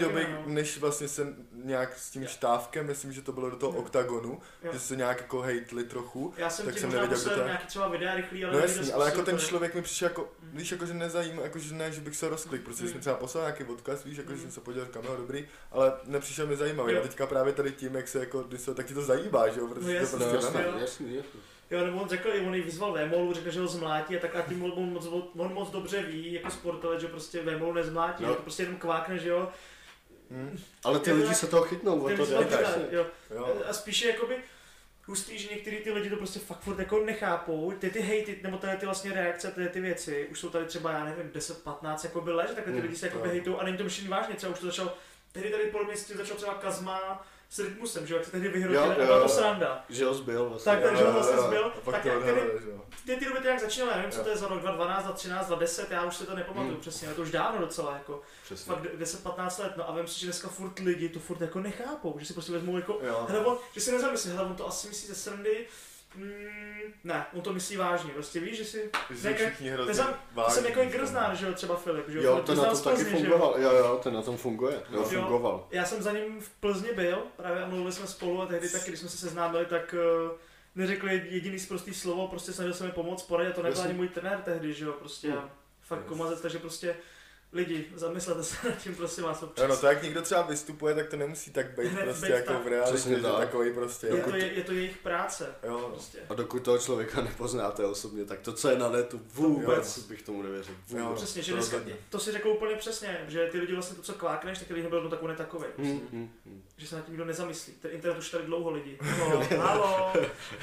než vlastně se nějak s tím Štávkem, myslím, že to bylo do toho Oktagonu, že se nějak jako hejtli trochu, tak jsem nevěděl, kdo to je. Nějaký třeba videa rychlý, ale... No jasný, ale jako ten člověk mi přišel jako, víš, jako že nezajímá, jako že ne, že bych se rozklik, protože jsem třeba poslal nějaký odkaz, víš, jako že jsem se podíval, říkám, jo, dobrý, ale nepřišel mi zajímavý. A teďka právě tady tím, jak se jako, tak ti to zajímá, že jo, protože to prostě jasný. Jo, nebo on řekl, on ji vyzval Vémolu, řekl, že ho zmlátí a tak a tím on moc dobře ví, jako sportovec, že prostě Vémolu nezmlátí, že to prostě jenom kvákne, že jo. Ale ty lidi se toho chytnou, jo. A spíše jakoby hustý, že některý ty lidi to prostě fakt furt jako nechápou, ty hejty, nebo ty vlastně reakce, ty věci, už jsou tady třeba, já nevím, 10-15 jako by let, že takhle ty lidi se jako hejtou a není to myšlení vážně, třeba už to začal, tady po městě začal třeba Kazma s Rytmusem, že jo, jak se tehdy vyhrotili a byla to sranda. Že ho zbyl vlastně. Takže ho vlastně zbyl. Tak ty doby to nějak začínaly, nevím, co to je za rok 2012, 2013, 2010, já už si to nepamatuju přesně, ale to už dávno docela, jako přesně. Fakt 10-15 let, no a vím si, že dneska furt lidi to furt jako nechápou, že si prostě vezmou jako, hele on, že si nezamyslí, hele on to asi myslí ze srandy, ne, on to myslí vážně, prostě víš, že si všichni hrozně vážně. To jsem jako Grznár, že jo, třeba Filip, že jo, ten na tom taky fungoval, jo, ten na tom funguje, fungoval. Já jsem za ním v Plzni byl, právě a mluvili jsme spolu a tehdy taky, když jsme se seznámili, tak neřekli jediný sprostý slovo, prostě snažil se mi pomoct, poradit, a to nebyl ani můj trenér tehdy, že jo, prostě fakt komazec, takže prostě lidi, zamyslete se nad tím, prosím vás občas. No to jak někdo třeba vystupuje, tak to nemusí tak být prostě jako v realitě, že takový prostě. Je to jejich práce. Jo. Prostě. A dokud toho člověka nepoznáte osobně, tak to, co je na netu, vůbec bych tomu nevěřil. Jo, přesně, že dneska, to si řekl úplně přesně, že ty lidi vlastně to, co kvákneš, tak lidi nebyl takový netakovej. Že se nad tím nikdo nezamyslí. Ten internet už tady dlouho lidi. Halo.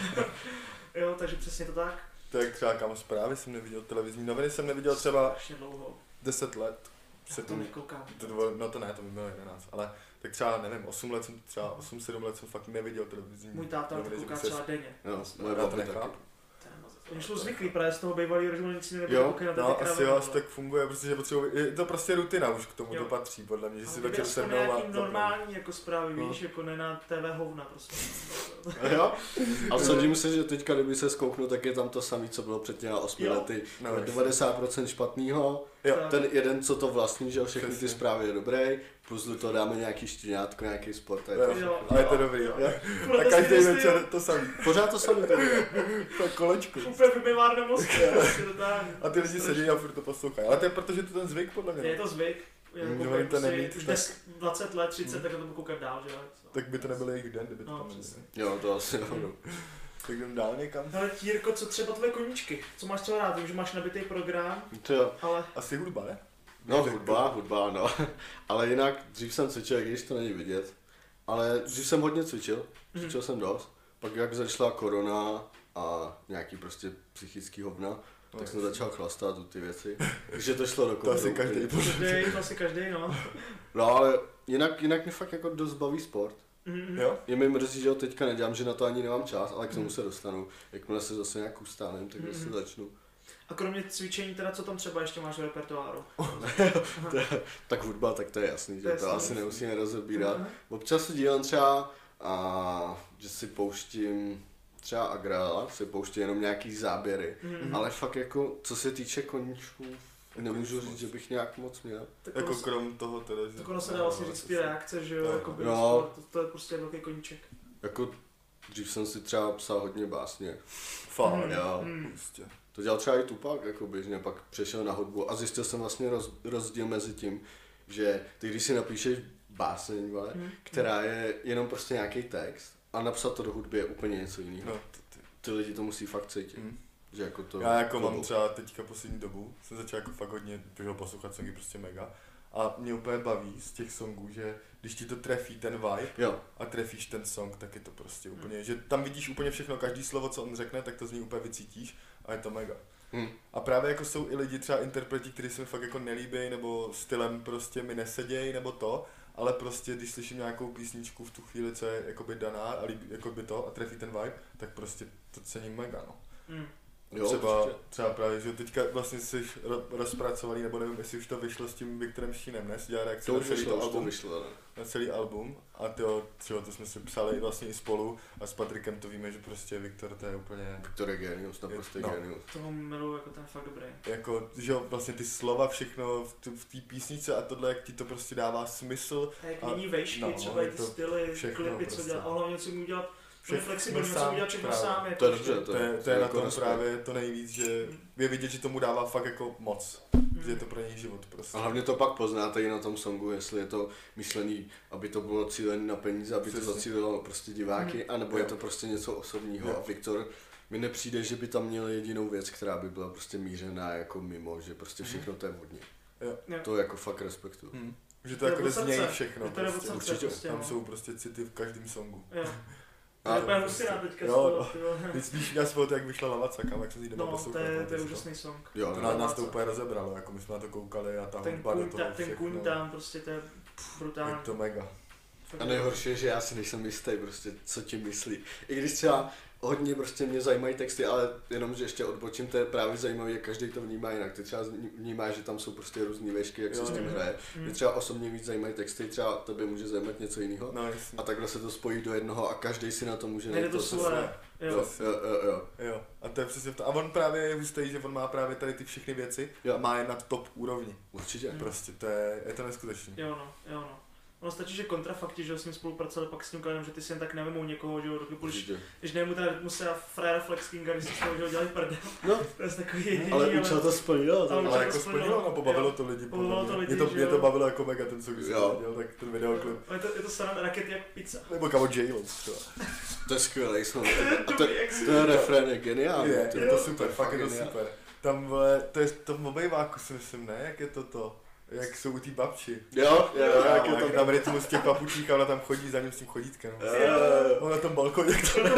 Jo, takže přesně to tak. Tak třeba kam zprávy jsem neviděl, televizní noviny jsem neviděl třeba 10 let. Já to nekoukám. No to ne, to by bylo 11, ale tak třeba nevím, 8-7 let jsem fakt neviděl televizní. Můj táta to kouká třeba denně. Jo, moje baba taky. Oni šlo zvyklí právě z toho bývalého režimu, nic nebude koukej na ty asi jo, asi tak funguje, protože je to prostě rutina už k tomu to patří, podle mě, že si večer se mnou a normální jako zprávy, víš, jako ne na TV hovna prostě. Jo? A sadím se, že teďka, kdyby se zkouknu, tak je tam to samé, co bylo před těma 8 lety. 90% špatného, ten jeden, co to vlastní, že všechny ty zprávy je dobrý, plus do toho dáme nějaký štěňátko, nějaký sport. A je to dobrý, jo. A každý večer to samý. Pořád to samý, to kolečko. Úplně vymývárne mozky. A ty lidi sedí a furt to poslouchají. Ale to je protože to ten zvyk, podle mě. Je to zvyk. už 20 let, 30, tak to budu koukat dál, že jo? Tak by to nebyl jejich den, kdyby to tam nebylo. Jo, to asi jo. Tak jdem dál někam. Ale Jirko, co třeba tvoje koníčky? Co máš třeba rád? Vím, že máš nabitý program, jo. Ale... Asi hudba, ne? No hudba, no. Ale jinak dřív jsem cvičil, když to není vidět. Ale dřív jsem hodně cvičil jsem dost. Pak jak začala korona a nějaký prostě psychický hovna, tak jsem začal chlastat ty věci. Takže to šlo do konce. To asi každý, no. No ale jinak mě fakt jako dost baví sport. Jo? Je mi mrzí, že ho teďka nedělám, že na to ani nemám čas, ale k tomu se dostanu. Jakmile se zase nějak ustánem, tak zase začnu. A kromě cvičení teda, co tam třeba ještě máš v repertoáru? Tak hudba, tak to je jasný, že to asi nemusíme rozebírat. Občas se dílám třeba, že si pouštím třeba Agrela, si pouštím jenom nějaký záběry, ale fakt jako, co se týče koníčků, nemůžu říct, že bych nějak moc měl. Jako krom toho teda, že... Tak ono se dá vlastně říct ty reakce, že jo, jako to je prostě velký koníček. Jako dřív jsem si třeba psal hodně básně. Fakt, jo. To dělal třeba i Tupac, jako běžně, pak přešel na hudbu a zjistil jsem vlastně rozdíl mezi tím, že ty když si napíšeš báseň, která je jenom prostě nějaký text a napsat to do hudby je úplně něco jiného. No, ty lidi to musí fakt cítit. Že jako to já jako mám třeba teďka poslední dobu, jsem začal jako fakt hodně poslouchat songy prostě mega. A mě úplně baví z těch songů, že když ti to trefí ten vibe a trefíš ten song, tak je to prostě úplně, že tam vidíš úplně všechno, každý slovo, co on řekne, tak to z ní úplně vycítíš a je to mega. A právě jako jsou i lidi, třeba interpreti, kteří se mi fakt jako nelíbí, nebo stylem prostě mi nesedějí, nebo to, ale prostě když slyším nějakou písničku v tu chvíli, co je jakoby daná a líbí, jakoby to a trefí ten vibe, tak prostě to cením mega, no. Jo, třeba právě, že teďka vlastně jsi rozpracovaný, nebo nevím, jestli už to vyšlo s tím Viktorem Štínem, ne? Si dělá reakce na celý album a to jsme si psali vlastně i spolu a s Patrikem to víme, že prostě Viktor to je úplně... Viktor je genius, naprosto genius. Toho miluji, jako ten fakt dobrý. Jako, že vlastně ty slova, všechno v té písnice a tohle, jak ti to prostě dává smysl. A jak mění vejšky, třeba i ty styly, klipy, co dělá, a hlavně co mu udělat. Je flexibilní, co udělat všechno sám. To je dobře, to je na tom právě to nejvíc, že je vidět, že tomu dává fakt jako moc, že je to pro něj život prostě. A hlavně to pak poznáte i na tom songu, jestli je to myšlený, aby to bylo cílené na peníze, aby to zacílilo prostě diváky, anebo je to prostě něco osobního. A Viktor mi nepřijde, že by tam měl jedinou věc, která by byla prostě mířená jako mimo, že prostě všechno to je hodně. To jako fakt respektuju. Že to jako z něj všechno, prostě. Určitě, tam jsou prostě city v každém songu. Ale úplně husina teďka z toho, teď spíš já svou, jak vyšla Lavacka, jak jsem si jdeme poslouchat. To je úžasný song. Jo, nás to úplně rozebralo, jako my jsme na to koukali a ta hudba do toho všechno. Ten kůň tam, prostě to je brutální. Je to mega. A nejhorší je, že já si nejsem jistý prostě, co ti myslí. I když třeba hodně prostě mě zajímají texty, ale jenom, že ještě odbočím, to je právě zajímavé, jak každý to vnímá jinak. Ty třeba vnímáš, že tam jsou prostě různý vešky, jak se s tím hraje. Mě třeba osobně víc zajímají texty, třeba tebe může zajímat něco jiného. No, a takhle se to spojí do jednoho a každý si na to může najít to své. Jo. A to je přesně to. A on právě je hustý, že on má právě tady ty všechny věci a má je na top úrovni. Určitě. Prostě je to neskutečný. Jo no. Ono stačí, že kontrafakti, že s ním spolupracovali pak s tím kladem, že ty si jen tak nevemou někoho, že jo, když nejmu teda musela Frera Flex Kinga, když si z toho, že ho dělali prdel. No. To je takový jediný, ale účel to splnilo. Ale jako splnilo, no, pobavilo to lidi. Mě to bavilo jako mega ten, co když dělal, tak ten videoklip. Je to sranda rakety jak pizza. Nebo kamo J-Lo třeba. To je skvělý song. Ten refrén je geniální. Je to super, fakt je to super. Tam, to je to v obejváku si myslím, ne? Jak je to? Jak jsou u té babči. Jo, jak je to tam rytmus těch papučích a ona tam chodí za ním s tím chodítkem. On na tom balkoně.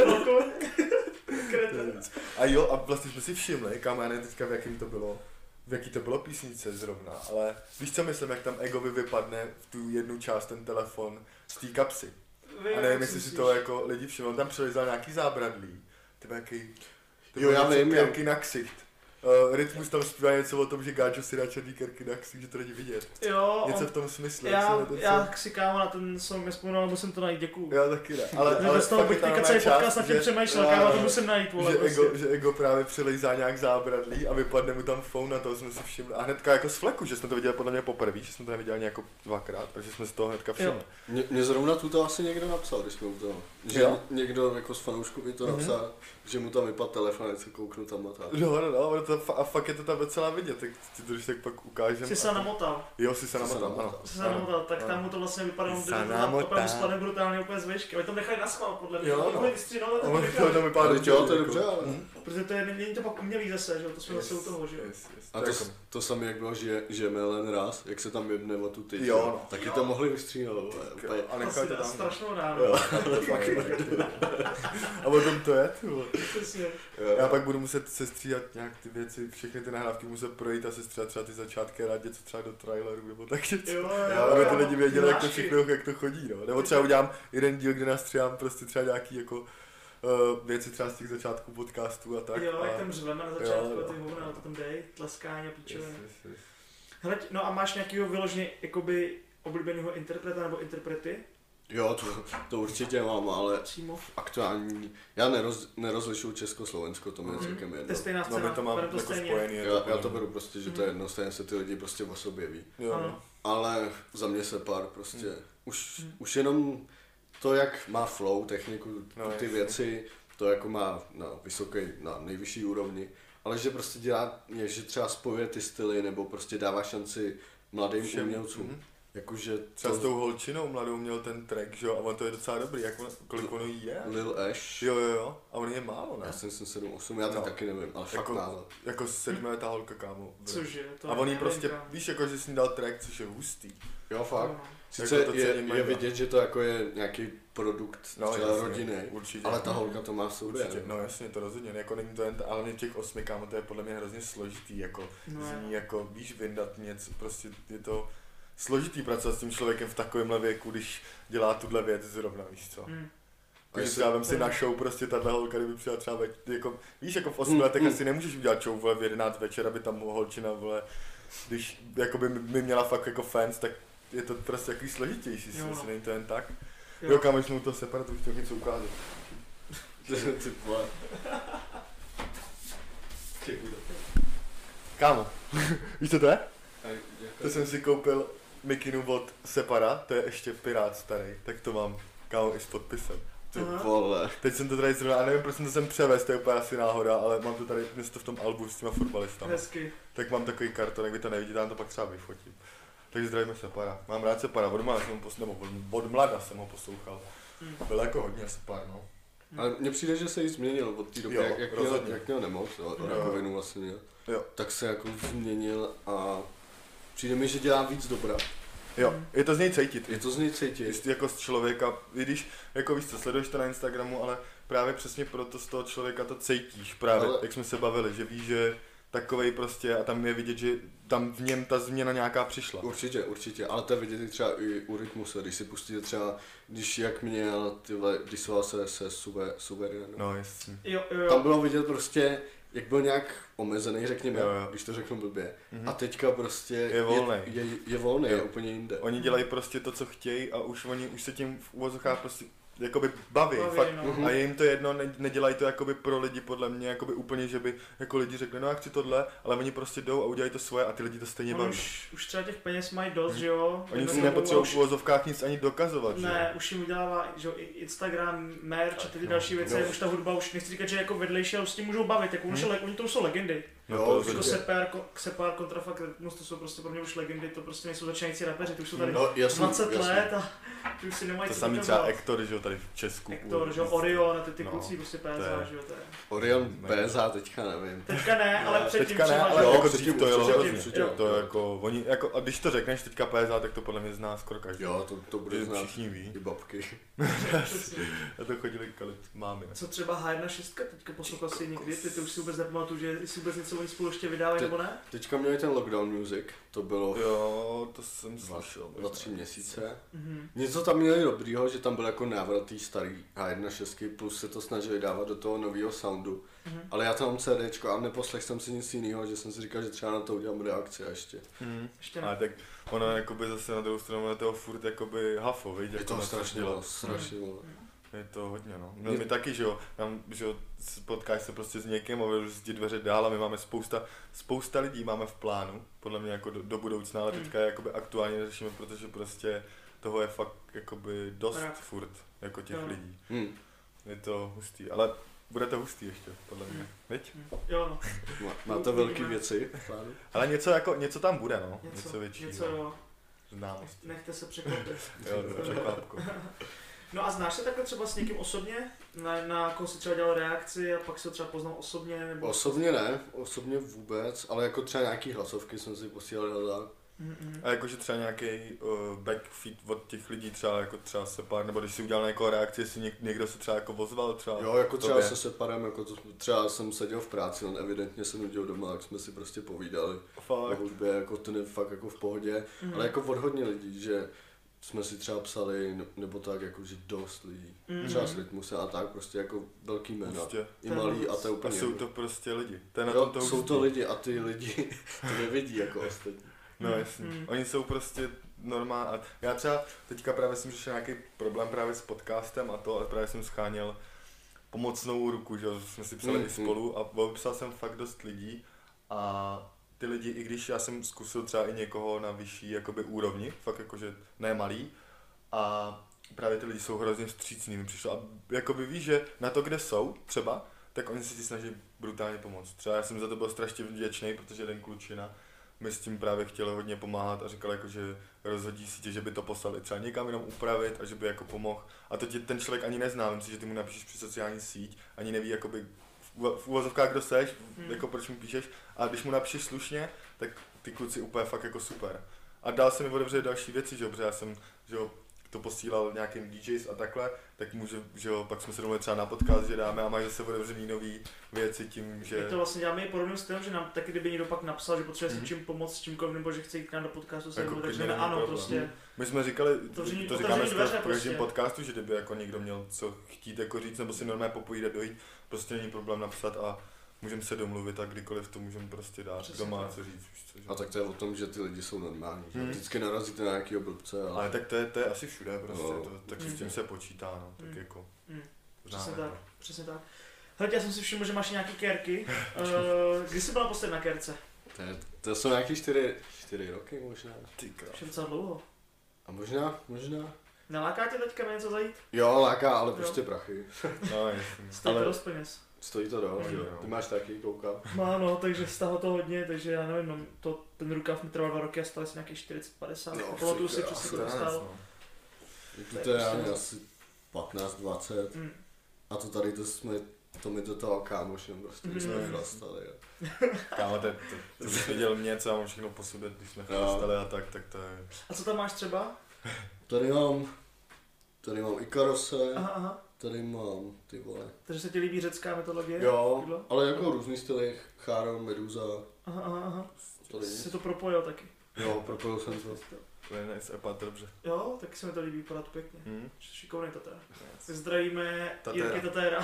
A jo, a vlastně jsme si všimli, kam já nevím teďka v jaký to bylo písnice zrovna, ale víš co myslím, jak tam Egovi vypadne v tu jednu část ten telefon z té kapsy. A nevím, jestli si to jako lidi všimli, on tam přelezal nějaký zábradlí. Tyba jaký... Jo, já vím. Kerky na ksicht. Rytmus tam zpívá něco o tom, že Gáčo si dá černý kerky na ksicht, že to není vidět. Jo. Něco v tom smyslu. Já si kámo na ten song nespomínal, musím to najít, děkuju. Já taky ne. Ale z toho bych teďka celý podcast na tím přemýšlel, kámo, to musím najít, vole. Že Ego právě přelejzá nějak zábradlí a vypadne mu tam phone, a toho jsme si všimli. A hnedka jako z fleku, že jsme to viděli podle mě poprvé, že jsme to neviděli jako dvakrát, takže jsme si toho hnedka všimli. Mě zrovna tuto asi někdo napsal, když jsme u toho. Že někdo jako z fanoušků mi to napsal, že mu tam vypadl telefon, jak se kouknu tam na to. No, a fakt je to tam docela vidět, tak ti to když tak pak ukážem. Jsi se namotal. Jo, jsi se namotal, ano. Jsi se namotal, tak tam mu to vlastně vypadalo, že to opravdu spadne brutálně úplně z výšky. Oni to nechali naschvál, podle mě. Jo, no. Vystříhnout, ale to vypadá dobře, to je dobře, ale... Protože to je, není to pak umělý zase, že jo, to jsme zase u toho, že jo. A to samé jak bylo, že Melen raz, jak se tam jebne o tu tyč, taky to mohli vystříhnout. A nechali to tam. Strašnou ránu. A o tom to je, ty vole. Já pak budu muset sestříhat nějak ty věci, všechny ty nahrávky muset projít a sestříhat třeba ty začátky, rád něco třeba do traileru nebo tak něco. Aby ty lidi věděli, jak to všechno, jak to chodí, no. Nebo třeba udělám jeden díl, kde nastříhám prostě třeba nějaký jako věci třeba z těch začátků podcastů a tak. Jo, jak tam řveme na začátku a ty hovna, to tam dej, tleskání a píčoviny. Hele, no a máš nějakýho vyloženě jakoby oblíbeného interpreta nebo interprety? Jo, to určitě mám, ale aktuální, já nerozlišuju Československo, to mi je celkem jedno. To je stejná scéna, no, to mám jako spojený. Já to beru prostě, že to je jedno, stejně se ty lidi prostě o sobě ví. Ale za mě Separ prostě, už jenom to, jak má flow, techniku, ty věci, to jako má na nejvyšší úrovni, ale že prostě dělá, že třeba spojuje ty styly, nebo prostě dává šanci mladým umělcům. Jakože třeba s tou holčinou mladou měl ten track, že jo, a on to je docela dobrý, kolik ono jí je? Lil Ash. Jo, a on je málo, ne? Já jsem 7-8, já to taky nevím, ale fakt málo. Jako 7letá holka, kámo. Cože, to a on jí prostě, víš, jako že jsi jí dal track, což je hustý. Jo, fakt. Sice jako je vidět, že to jako je nějaký produkt třeba rodiny, ale ta holka to má v sobě. Určitě, no jasně, to rozhodně, jako není to jen, ale v těch 8, kámo, to je podle mě hrozně složitý, jako z ní, jako víš, vyndat něco, prostě je to složitý pracovat s tím člověkem v takovémhle věku, když dělá tuhle věc zrovna, víš co. Takže třeba vem si na show, prostě tahle holka, kdyby přijela třeba jako, víš, jako v 8 letech asi nemůžeš udělat show, vole, v 11 večer, aby tam holčina, vole, když jakoby by měla fakt jako fans, tak je to prostě takový složitější, si není to jen tak. Jo, kámo, jsme u toho separatu, chtěl něco ukázat. Ty vole. Kámo, víš co to je? To jsem si koupil mikinu od Separa, to je ještě pirát starý, tak to mám, kámo, i s podpisem. Ty vole. Teď jsem to tady zrovna, a nevím, proč jsem to sem převez, to je úplně asi náhoda, ale mám to tady město v tom albu s těma fotbalistama. Hezky. Tak mám takový karton, jak vy to nevidíte, já to pak třeba vyfotím. Takže zdravíme Separa. Mám rád Separa, od mlada jsem ho poslouchal. Byl jako hodně Separ, no. Ale mně přijde, že se jí změnil od té doby, jak měl nemoc, rakovinu vlastně měl. Tak se jako změnil a přijde mi, že dělá víc dobra. Jo, je to z něj cítit. Je to z něj cítit. Jistý jako z člověka, i když, jako víš co, sleduješ to na Instagramu, ale právě přesně proto z toho člověka to cítíš, právě ale... jak jsme se bavili, že víš, že takovej prostě a tam je vidět, že tam v něm ta změna nějaká přišla. Určitě, ale to je vidět i třeba i u Rytmuse, když si pustíte třeba, když jak měl tyhle, disoval se Suverén. No jasně. Jo. Tam bylo vidět prostě, jak byl nějak omezený, řekněme, když to řeknu blbě. A teďka prostě je volný, je úplně jinde. Oni dělají prostě to, co chtějí a už se tím v uvozovkách prostě jakoby baví fakt. No. A je jim to jedno, nedělají to jakoby pro lidi podle mě jakoby úplně, že by jako lidi řekli, no já chci tohle, ale oni prostě jdou a udělají to svoje a ty lidi to stejně baví. Už třeba těch peněz mají dost, že jo? Oni si nepotřebují v uvozovkách nic ani dokazovat, že? Ne, už jim udělává, že jo, Instagram, merch a ty další věci, už ta hudba, už nechci říkat, že jako vedlejší, ale s tím můžou bavit, jako oni to jsou legendy. Jo, jako Separ, Kontrafakt, to jsou prostě pro mě už legendy, to prostě nejsou začínající rapeři, ty už jsou tady 20 let a ty už si nemají to samý třeba Ektor, že jo, tady v Česku. Ektor, že jo, Orion a ty kluci prostě PSA, že jo, to je. Orion, PSA, teďka nevím. Teďka ne, ale předtím třeba. Ale jako dřív to jelo hrozně, to jako, oni, jako, a když to řekneš teďka PSA, tak to podle mě zná skoro každý. Jo, to bude znát všichni ví. I babky. A to chodili kalit mámy. Co třeba H1.6 teďka poslouchal si někdy, ty už si vůbec nepamatuju, že si vůbec něco oni spolu ještě vydávají nebo ne? Teďka měli ten Lockdown Music, to bylo jo, to jsem slyšel. 2-3 měsíce. Něco tam měli dobrýho, že tam byl jako návrat tý starý H1.6, plus se to snažili dávat do toho nového soundu. Ale já tam mám CDčko a neposlech jsem si nic jiného, že jsem si říkal, že třeba na to udělám reakci a ještě. Ještě ne. A tak ono jakoby zase na druhou stranu na toho furt jakoby hafo, viď? Je to strašně moc. Je to hodně, no. No my taky, že jo, potkáš se prostě s někým a vyjdu ti dveře dál a my máme spousta lidí máme v plánu, podle mě jako do budoucna, ale teďka jakoby aktuálně řešíme, protože prostě toho je fakt jakoby dost furt, jako těch lidí. Je to hustý, ale bude to hustý ještě, podle mě. Viď? Jo, no. Máte velké věci? Ale něco tam bude, no. Něco většího. Něco jo. Známosti. Nechte se překvapit. Jo, překvapko. No a znáš se takhle třeba s někým osobně? Na koho si třeba dělal reakci a pak se třeba poznal osobně? Nebo... Osobně ne, osobně vůbec, ale jako třeba nějaký hlasovky jsem si posílal tak. A jakože třeba nějaký backfeed od těch lidí třeba jako třeba Separ, nebo když si udělal nějakou reakci, jestli někdo se třeba jako ozval třeba. Jo, jako třeba se Separem, jako to, třeba jsem seděl v práci, on evidentně se nudil doma, tak jsme si prostě povídali o hudbě, jako ten je fakt jako v pohodě, ale jako od hodně lidí, že jsme si třeba psali, nebo tak jako, že dost lidí, třeba s Rytmusem a tak, prostě jako velký jména, prostě. I malý a to je úplně. A jsou to prostě lidi, to je na jo, tom to jsou to lidi a ty lidi to nevidí jako ostatní. No jasně, oni jsou prostě normální. Já třeba teďka právě jsem řešil nějaký problém právě s podcastem a to, ale právě jsem scháněl pomocnou ruku, že jsme si psali i spolu a psal jsem fakt dost lidí a ty lidi, i když já jsem zkusil třeba i někoho na vyšší jakoby úrovni, fakt jakože ne malý, a právě ty lidi jsou hrozně vstřícní, mi přišlo a jakoby víš, že na to, kde jsou třeba, tak oni se ti snaží brutálně pomoct. Třeba já jsem za to byl strašně vděčný, protože jeden klučina mi s tím právě chtěl hodně pomáhat a říkal jako, že rozhodí si tě, že by to poslali třeba někam jenom upravit a že by jako pomohl. A to tě ten člověk ani nezná, myslím si, že ty mu napíšeš přes sociální síť, ani neví jakoby v uvozovkách, kdo seš, jako proč mu píšeš, a když mu napíšeš slušně, tak ty kluci úplně fakt jako super. A dál se mi otevřeli další věci, že jo, protože já jsem, že jo, to posílal nějakým DJs a takhle, tak může, že jo, pak jsme se domluvili třeba na podcast, že dáme a mají zase otevřený nový věci tím, že... My to vlastně děláme i podobným stylem, že nám taky, kdyby někdo pak napsal, že potřebuje si čím pomoct s čímkoliv, nebo že chce jít k nám do podcastu, se jako takže ano, problém. Prostě... My jsme říkali, to říkáme v každém podcastu, že kdyby jako někdo měl co chtít jako říct, nebo si normálně popojídat dojít, prostě není problém napsat a můžeme se domluvit a kdykoliv to můžeme prostě dát, přesně kdo má co říct. A tak to je o tom, že ty lidi jsou normální, vždycky narazíte na nějakýho blbce. Ale tak to je asi všude prostě, tak s tím se počítá, no, tak jako. Přesně tak. Hele, já jsem si všiml, že máš nějaký kérky. Kdy jsi byl naposledy na kérce? To jsou nějaký 4 roky možná. Ty krás. Docela dlouho. A možná. Neláká tě teďka na něco zajít? Jo, láká, ale prostě prachy. No, jasný. Stojí to dost peněz. Stojí to dost, jo. Ty máš taky, koukám. No, takže stálo to hodně, takže já nevím, no, ten rukav mi trval 2 roky a stále si nějakých 40-50. No, pamatuju si přesně, to stálo. To je asi 15-20. A to tady to mi do toho kámošem prostě, když jsme chlastali. Kámo, to jsi viděl mě, co mám všechno po sobě, když jsme chlastali a tak to je... A co tam máš třeba? Tady mám Ikarose, aha. Tady mám, ty vole. Takže se ti líbí řecká mytologie? Jo, ale jako různý styly, Cháron, Meduza. Aha. Jsi to propojil taky? Jo, propojil jsem to. To je nice, dobře. Jo, taky se mi to líbí, vypadá to pěkně. Šikovnej tatér. Zdravíme Jirky tatéra.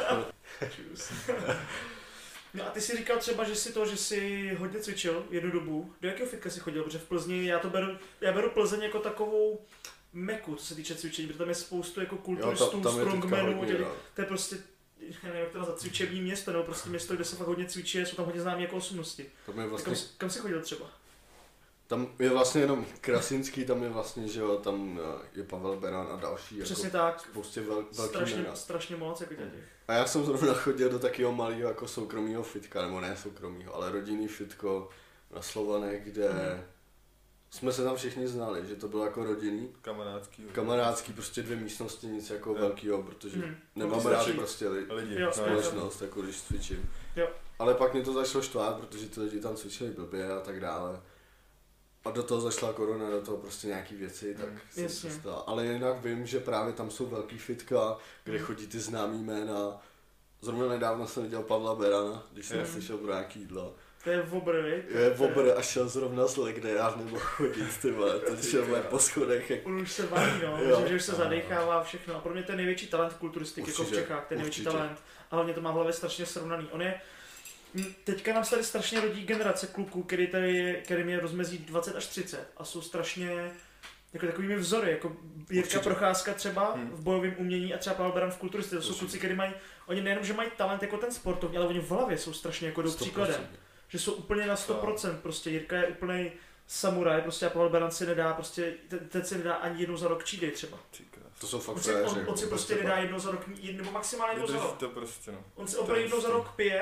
No a ty jsi říkal třeba, že jsi hodně cvičil jednu dobu. Do jakého fitka jsi chodil? Protože v Plzni, já beru Plzeň jako takovou meku, co se týče cvičení, protože tam je spoustu jako kulturistů, strongmanů, to je prostě, já nevím, jak to nazvat, cvičební město, nebo prostě město, kde se fakt hodně cvičí, jsou tam hodně známí jako osobnosti. Vlastně... Kam jsi chodil třeba? Tam je vlastně jenom Krasinský, tam je vlastně, že jo, tam je Pavel Beran a další. Přesně jako tak. Spoustě velký jména. Strašně moc, jako těch. A já jsem zrovna chodil do takového malého jako soukromého fitka, nebo ne soukromého, ale rodinný fitko na Slovanech, kde jsme se tam všichni znali, že to bylo jako rodinný. Kamarádský, prostě 2 místnosti, nic jako velkýho, protože nemám rád prostě lidi, společnost, jako když cvičím. Jo. Ale pak mě to začalo štvát, protože ty lidi tam cvičili blbě a tak dále. A do toho zašla korona, do toho prostě nějaký věci, tak jsem se stál. Ale jinak vím, že právě tam jsou velký fitka, kde chodí ty známý jména. Zrovna nedávno jsem viděl Pavla Berana, když jsem slyšel pro nějaký jídlo. To je obr, je obr a šel zrovna z kde já nemohl chodit, ty vole, ten šel po schodech. On už se baví, no, že už se zadechává všechno. A pro mě to je největší talent kulturistiky jako v Čechách, ten největší talent. A hlavně to má v hlavě strašně srovnaný. Teďka nám tady strašně rodí generace kluků, kterým je rozmezí 20 až 30 a jsou strašně jako takovými vzory, jako Jirka Procházka třeba v bojovém umění a třeba Pavel Beran v kulturistice. To jsou kluci, kteří oni nejenom, že mají talent jako ten sportovní, ale oni v hlavě jsou strašně jako jdou příkladem. Že jsou úplně na 100%, prostě Jirka je úplnej samuraj, prostě a Pavel Beran si nedá, prostě ten si nedá ani jednou za rok cheat day třeba. To jsou fakt on si prostě vydá jednou za rok, nebo maximálně jednou za rok. To prostě, no. On si opravdu jednou za rok pije,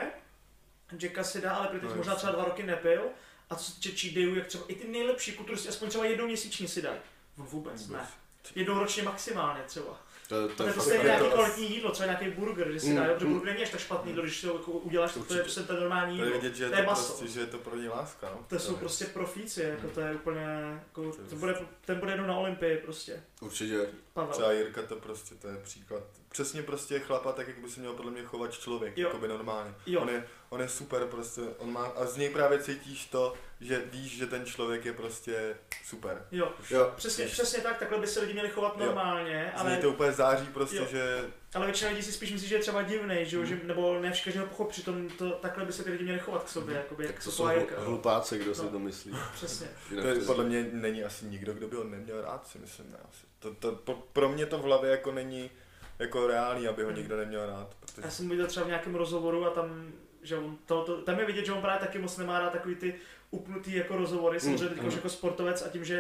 Jacka si dá, ale teď možná třeba 2 roky nepil. A co se týče cheat dayů, jak třeba i ty nejlepší kulturisti, aspoň třeba jednou měsíčně si dají. Vůbec ne. Jednou ročně maximálně třeba. To je prostě nějaké kvalitní jídlo, třeba nějaký burger, že si dá, protože burger není až tak špatný, když to jako uděláš, to je prostě ten normální jídlo. To je vidět, že je to prostě, že je to pro ně láska, no. To jsou prostě profíci, jako to je úplně, jako, ten bude jenom na Olympii prostě. Určitě. Pavel. Třeba Jirka to prostě, to je příklad. Přesně prostě chlapa, tak jak by se měl podle mě chovat člověk, jakoby normálně. On je super prostě, on má, a z něj právě cítíš to, že víš, že ten člověk je prostě super. Jo. Přesně tak, takhle by se lidi měli chovat normálně, ale... Z něj to úplně září prostě, že... Ale většina lidí si spíš myslí, že je třeba divnej, že nebo ne všichni ho pochopí, přitom takhle by se ty lidi měli chovat k sobě, jakoby, jak to jsou hlupáci, kdo si to myslí. Přesně. To je, podle mě není asi nikdo, kdo by ho neměl rád, si myslím, ne asi. Pro mě to v hlavě jako není jako reálný, aby ho nikdo neměl rád. Protože... Já jsem viděl třeba v nějakém rozhovoru a tam, že on tam je vidět, že on právě taky moc nemá rád takový ty upnutý jako rozhovory, samozřejmě teď už jako sportovec a tím, že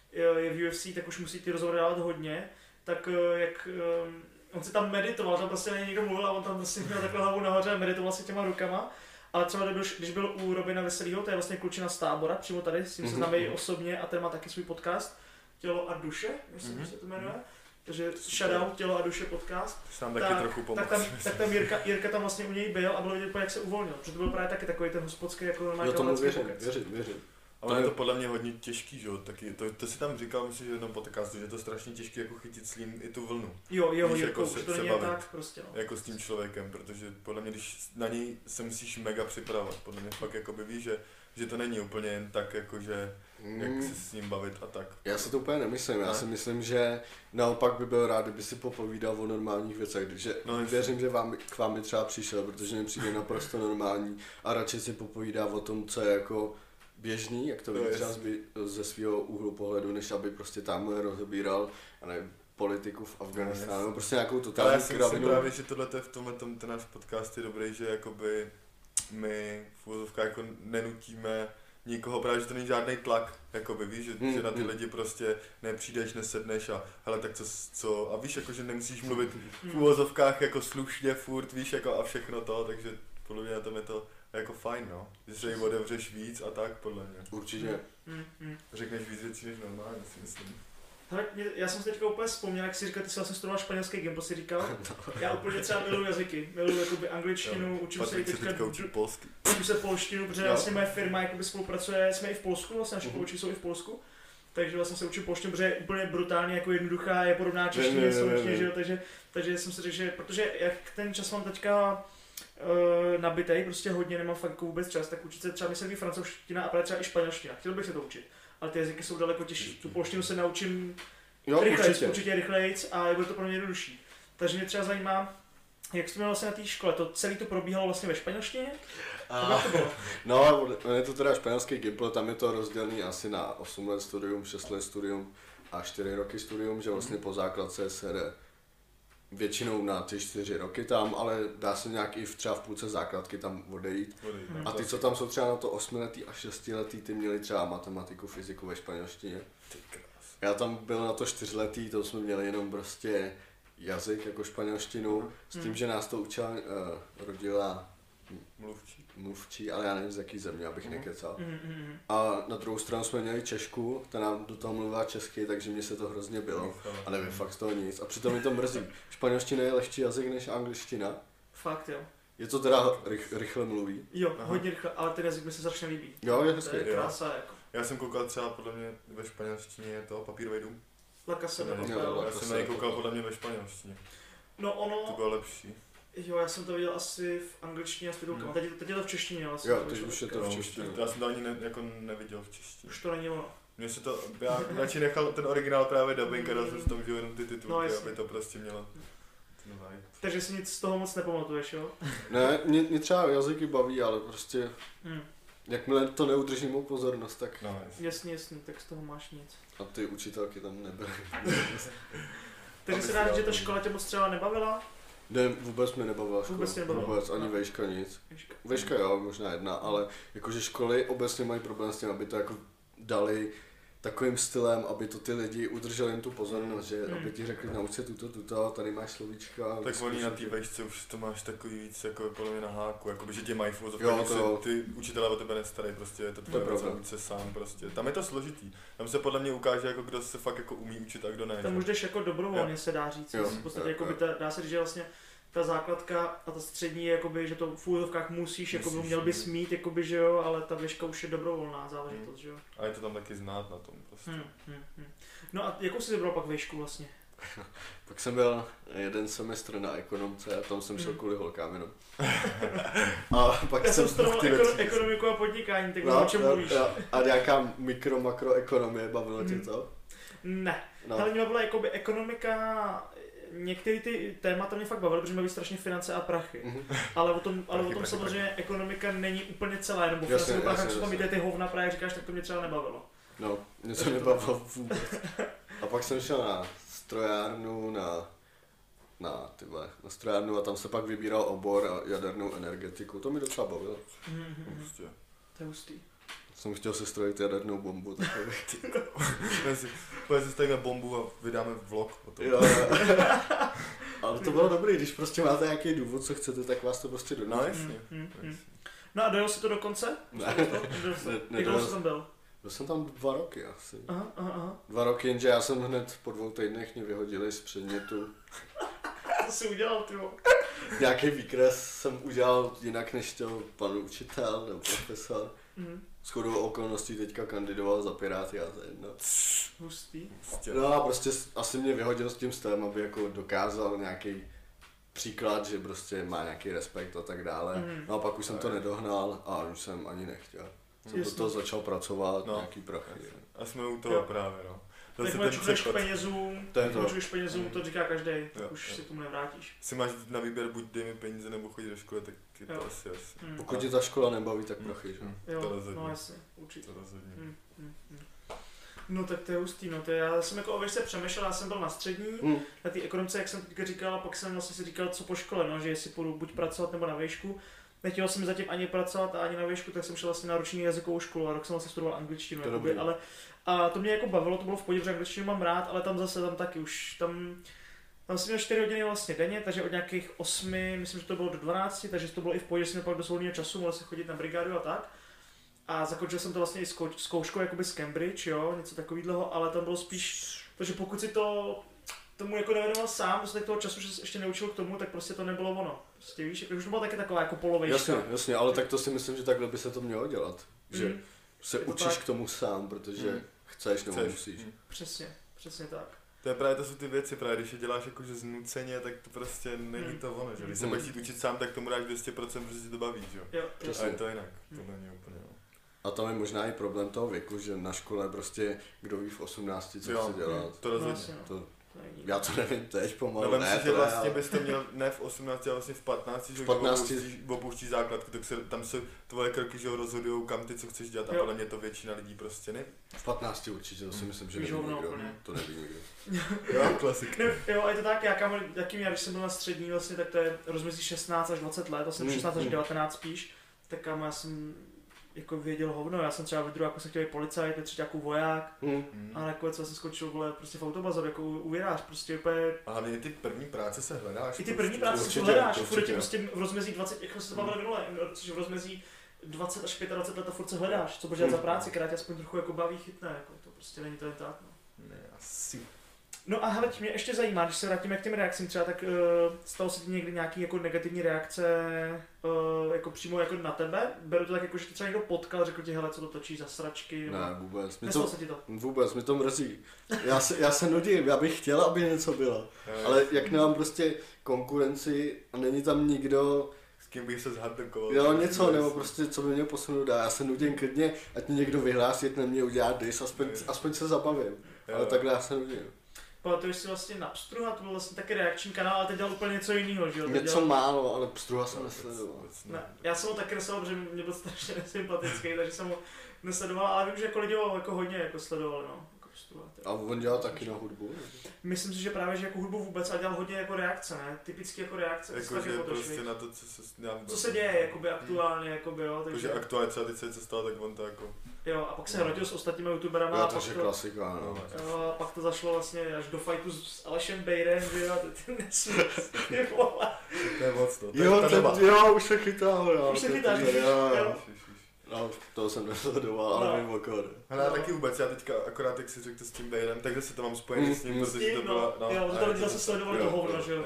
je v UFC, tak už musí ty rozhovory dávat hodně, tak jak on si tam meditoval, tam prostě není někdo mluvil a on tam prostě měl takhle hlavu nahoře a meditoval si těma rukama. Ale třeba když byl u Robina Veselýho, to je vlastně klučina z Tábora, přímo tady, s tím se známe osobně a ten má taky svůj podcast Tělo a duše, myslím, že se to jmenuje. Takže shoutout Tělo a duše podcast. Tam taky trochu pomoct. Tak tam Jirka tam vlastně u něj byl a bylo vidět, jak se uvolnil, protože to byl právě taky takový ten hospodský jako normální věřím. Ale je to podle mě hodně těžký, že jo, taky to si tam říkal, myslím, že v jednom podcastu, že je to strašně těžké jako chytit s ním i tu vlnu. Jo, jako se bavit, tak prostě, no. Jako s tím člověkem, protože podle mě, když na něj se musíš mega připravovat, podle mě fakt jakoby víš, že to není úplně jen tak, jakože, jak se s ním bavit a tak. Já si to úplně nemyslím, já si myslím, že naopak by byl rád, kdyby si popovídal o normálních věcech, takže věřím, že k vám by třeba přišel, protože mi přijde naprosto normální a radši si popovídá o tom, co je jako běžný, jak to vidí třeba ze svého úhlu pohledu, než aby prostě tamhle rozebíral politiku v Afghánistánu, prostě nějakou totální kravinu. Já si myslím právě, že tohle v tomhle ten náš podcast je dobrý, že jakoby my v úvozovkách jako nenutíme nikoho, právě, že to není žádný tlak, jakoby, víš, že na ty lidi prostě nepřijdeš, nesedneš a hele, tak co, a víš, jako, že nemusíš mluvit v úvozovkách jako slušně furt, víš, jako a všechno to, takže podle mě na tom je to jako fajn, no, že se jim otevřeš víc a tak, podle mě. Určitě. Řekneš víc věcí než normálně, si myslím. Hele, já jsem si teďka úplně vzpomněl, jak jsi říkal, ty jsi vlastně studoval španělský gimpl, si říkal. Já úplně třeba miluji jazyky, miluji jakoby angličtinu, učím se teďka polsky. Učím se polštinu, protože vlastně moje firma jakoby spolupracuje, jsme i v Polsku, vlastně naši pobočky jsou i v Polsku. Takže vlastně se učím polštinu, protože je úplně brutálně jako jednoduchá, je podobná češtině, slovenštině, že jo, takže jsem si řekl, že protože jak ten čas mám teďka nabitej, prostě hodně nemám fakt vůbec čas, tak učit se třeba myslím i francouzština a právě třeba i španělština, chtěl bych se to učit. Ale ty jazyky jsou daleko těžší. Tu polštinu se naučím určitě rychlejc a bude to pro mě jednodušší. Takže mě třeba zajímá, jak jsi měl vlastně na té škole, to celé to probíhalo vlastně ve španělštině? No, je to teda španělský gimpl, tam je to rozdělený asi na 8 let studium, 6 let studium a 4 roky studium, že vlastně po základce se jde většinou na ty 4 roky tam, ale dá se nějak i třeba v půlce základky tam odejít. A ty, co tam jsou třeba na to 8letý a 6letý, ty měli třeba matematiku, fyziku ve španělštině. Já tam byl na to 4letý, to jsme měli jenom prostě jazyk jako španělštinu, s tím, že nás to učila rodila mluvčí, ale já nevím z jaký země, abych nekecal. A na druhou stranu jsme měli Češku, ta nám do toho mluvila česky, takže mě se to hrozně bylo a nevím fakt z toho nic. A přitom mi to mrzí. Španělština je lehčí jazyk než angličtina. Fakt jo. Je to teda rychle mluví. Jo, hodně rychle, ale ten jazyk mi se strašně líbí. Jo, je hezký. To je krása jako. Já jsem koukal třeba podle mě ve španělštině je to Papírový dům. La Casa de Papel. Já jsem na něj koukal podle mě ve španělštině. No ono... To bylo lepší. Jo, já jsem to viděl asi v angličtině a s titulkama. Teď je to v češtině vlastně. Jo, teď už je to v češtině. Já jsem to ani jako neviděl v češtině. Už to není ono. Mně se to, já radši nechal ten originál právě dubbing a dal jsem s tom, že jenom ty titulky, aby to prostě mělo ten vibe. Takže si nic z toho moc nepamatuješ, jo? Ne, mě třeba jazyky baví, ale prostě jakmile to neudrží mou pozornost, tak... No, jasně, tak z toho máš nic. A ty učitelky tam nebyly. Takže se dá říct, že ta škola tě moc třeba nebavila? Ne, vůbec mě nebavila škola. Vůbec, ani vejška nic. Vejška jo, možná jedna, ale jakože školy obecně mají problém s tím, aby to jako dali takovým stylem, aby to ty lidi udrželi jim tu pozornost, že aby ti řekli, nauč se tuto, tady máš slovíčka. Tak oni na té vejšce už to máš takový víc jako podle na háku, jakoby, že tě mají ty učitelé o tebe nestarají, prostě je to tvoje se sám prostě. Tam je to složitý. Tam se podle mě ukáže, jako kdo se fakt jako umí učit a kdo ne. Tam už jdeš jako dobrovolně, se dá říct. V podstatě jako dá se říct, že vlastně ta základka a ta střední je jakoby, že to v úvodovkách musíš, jako měl bys mít, jakoby, že jo, ale ta výška už je dobrovolná záležitost, že jo. A je to tam taky znát na tom prostě. No a jakou jsi vybral pak výšku vlastně? Pak jsem byl jeden semestr na ekonomce a tam jsem šel kvůli holkám jenom. A pak já jsem studoval ekonomiku a podnikání, tak o čem mluvíš? A nějaká makroekonomie, bavilo tě to? Ne, ale mě byla jakoby ekonomika, některé ty témata mě fakt bavily, protože mě baví strašně finance a prachy. Ale o tom samozřejmě ekonomika není úplně celá, jenom finance a prachy, jsou tam i ty hovna právě, jak říkáš, tak to mě třeba nebavilo. No, mě to nebavilo vůbec. A pak jsem šel na strojárnu, na strojárnu a tam se pak vybíral obor a jadernou energetiku, to mi docela bavilo. To je hustý. Jsem chtěl sestrojit jadernou bombu, takový. Pojď si stavíme bombu a vydáme vlog o tom. Ale to bylo dobrý, když prostě máte nějaký důvod, co chcete, tak vás to prostě donutí. No jasně. No a dojel jsi to do konce? Ne. Jak dlouho jsi tam byl? Byl jsem tam 2 roky asi. Aha. 2 roky, jenže já jsem hned po 2 týdnech mě vyhodili z předmětu. Co jsi udělal, tyjo? Nějaký výkres jsem udělal jinak, než chtěl pan učitel nebo profesor. Shodou okolností teďka kandidoval za Piráty a to je jedno. Hustý. No a prostě asi mě vyhodil s tím stylem, aby jako dokázal nějaký příklad, že prostě má nějaký respekt a tak dále. No a pak už jsem to nedohnal a už jsem ani nechtěl. Jsem do toho začal pracovat, nějaký prachy. A jsme u toho právě, no. Tak močuješ penězům, to říká každý, už si tomu nevrátíš. Si máš na výběr buď dej mi peníze nebo chodit do školy, tak je to asi. Pokud tě ta škola nebaví, tak prachy, že? Jo, to rozhodně. No jasně, určitě. To rozhodně. No tak to je hustý, no to já jsem jako o výšce přemýšlel, já jsem byl na střední, na té ekonomce, jak jsem teďka říkal, a pak jsem vlastně si říkal, co po škole, no, že jestli půjdu buď pracovat nebo na výšku. Nechtěl jsem zatím ani pracovat a ani na výšku, tak jsem šel vlastně na roční jazykovou školu a rok jsem vlastně studoval angličtinu, jakoby, ale a to mě jako bavilo, to bylo v pohodě, protože angličtinu mám rád, ale tam taky už, tam jsem měl 4 hodiny vlastně denně, takže od nějakých 8, myslím, že to bylo do 12, takže to bylo i v pohodě, že jsem měl pak do volného času, mohl se chodit na brigádu a tak. A zakončil jsem to vlastně i zkouškou jakoby z Cambridge, jo, něco takového, ale tam bylo spíš to, že pokud si tomu jako nevěnoval sám, dostatek toho času, že se ještě neučil k tomu, tak prostě to nebylo ono. Prostě víš, už to bylo taky taková jako polovejška. Jasně, ale tak to si myslím, že takhle by se to mělo dělat. Že se učíš tak k tomu sám, protože chceš nebo musíš. Přesně tak. To je právě, to jsou ty věci, právě když je děláš jakože znuceně, tak to prostě není to ono, že? Když se budeš chtít učit sám, tak tomu dáš 200%, protože si to baví, že? Jo. A je to jinak, tohle není úplně, no. A tam je možná i problém toho věku, že na škole prostě kdo ví v 18, co chce dělat. To rozhodně. Já to nevím teď pomalu, no, ne, že vlastně byste měl ne v 18, ale vlastně v 15, že opouštíš základku, tak tam se tvoje kroky, že rozhodujou, kam ty co chceš dělat a podle mě to většina lidí prostě ne. V 15 určitě, to si myslím, že neví nikdo, to neví nikdo. Jo, klasik. Jo, a je to tak, jakým já, když jsem byl na střední vlastně, tak to je rozmezí 16 až 20 let, vlastně 16 až 19 spíš, tak já jsem jako věděl hovno, já jsem třeba ve druháku jsem chtěl být policajt, ve třetíku voják, a nakonec jsem skončil vole, prostě v autobazor, jako uvěráš, prostě úplně... A hlavně ty první práce se hledáš. I ty první práce se hledáš, furt ti prostě v rozmezí 20, jak jsme se bavili minule, v rozmezí 20 až 25 let a furt se hledáš, co budeš dělat za práci, která tě aspoň trochu jako baví, chytne, jako to prostě není to jen tak, no. Ne, asi. No a hele, mě ještě zajímá, když se vrátíme k těm reakcím třeba, tak stalo se ti někdy nějaký jako negativní reakce jako přímo jako na tebe? Beru to tak jako, že tě třeba někdo potkal, řekl ti, hele, co to točíš za sračky? Nebo... Ne, vůbec. Nestalo se ti to? Vůbec, mi to mrzí. Já se nudím, já bych chtěl, aby něco bylo. Ale jak nemám prostě konkurenci a není tam nikdo, s kým bych se zhantokoval. Jo, něco, nebo prostě, co by mě posunout dá. Já se nudím klidně, ať mě někdo vyhlásí, ať na mě udělá dis, aspoň se zabavím. Ale takhle já se nudím. Pamatuješ si vlastně na Pstruha, to byl vlastně taky reakční kanál, ale teď dělal úplně něco jiného, že jo? Něco málo, ale Pstruha jsem nesledoval. Ne, já jsem ho taky nesledoval, protože mě byl strašně nesympatický, takže jsem ho nesledoval, ale vím, že jako lidi ho jako hodně jako sledovali, no. Jako A on dělal taky na hudbu? Myslím si, že právě, že jako hudbu vůbec a dělal hodně jako reakce, ne? Typicky jako reakce. Jako, že prostě na to, co se děje, jakoby aktuálně, jakoby, jo. Takže aktuálně třeba teď se stalo, tak on to jako... Jo, a pak se hrotil s ostatními youtuberama. Jo, to je klasika, no. Jo, a pak to zašlo vlastně až do fightu s Alešem Bejrem, že jo, ty nesmysl, To je moc to. Jo, už se chytám, jo. Už se chytáš, jo. No, toho jsem nesledoval, ale vím o kód. Ale já taky vůbec, já teďka akorát jak si řekl s tím Bejrem, takže se to mám spojený s ním, protože to byla... Jo, to lidi zase sledovali to hovno, že jo.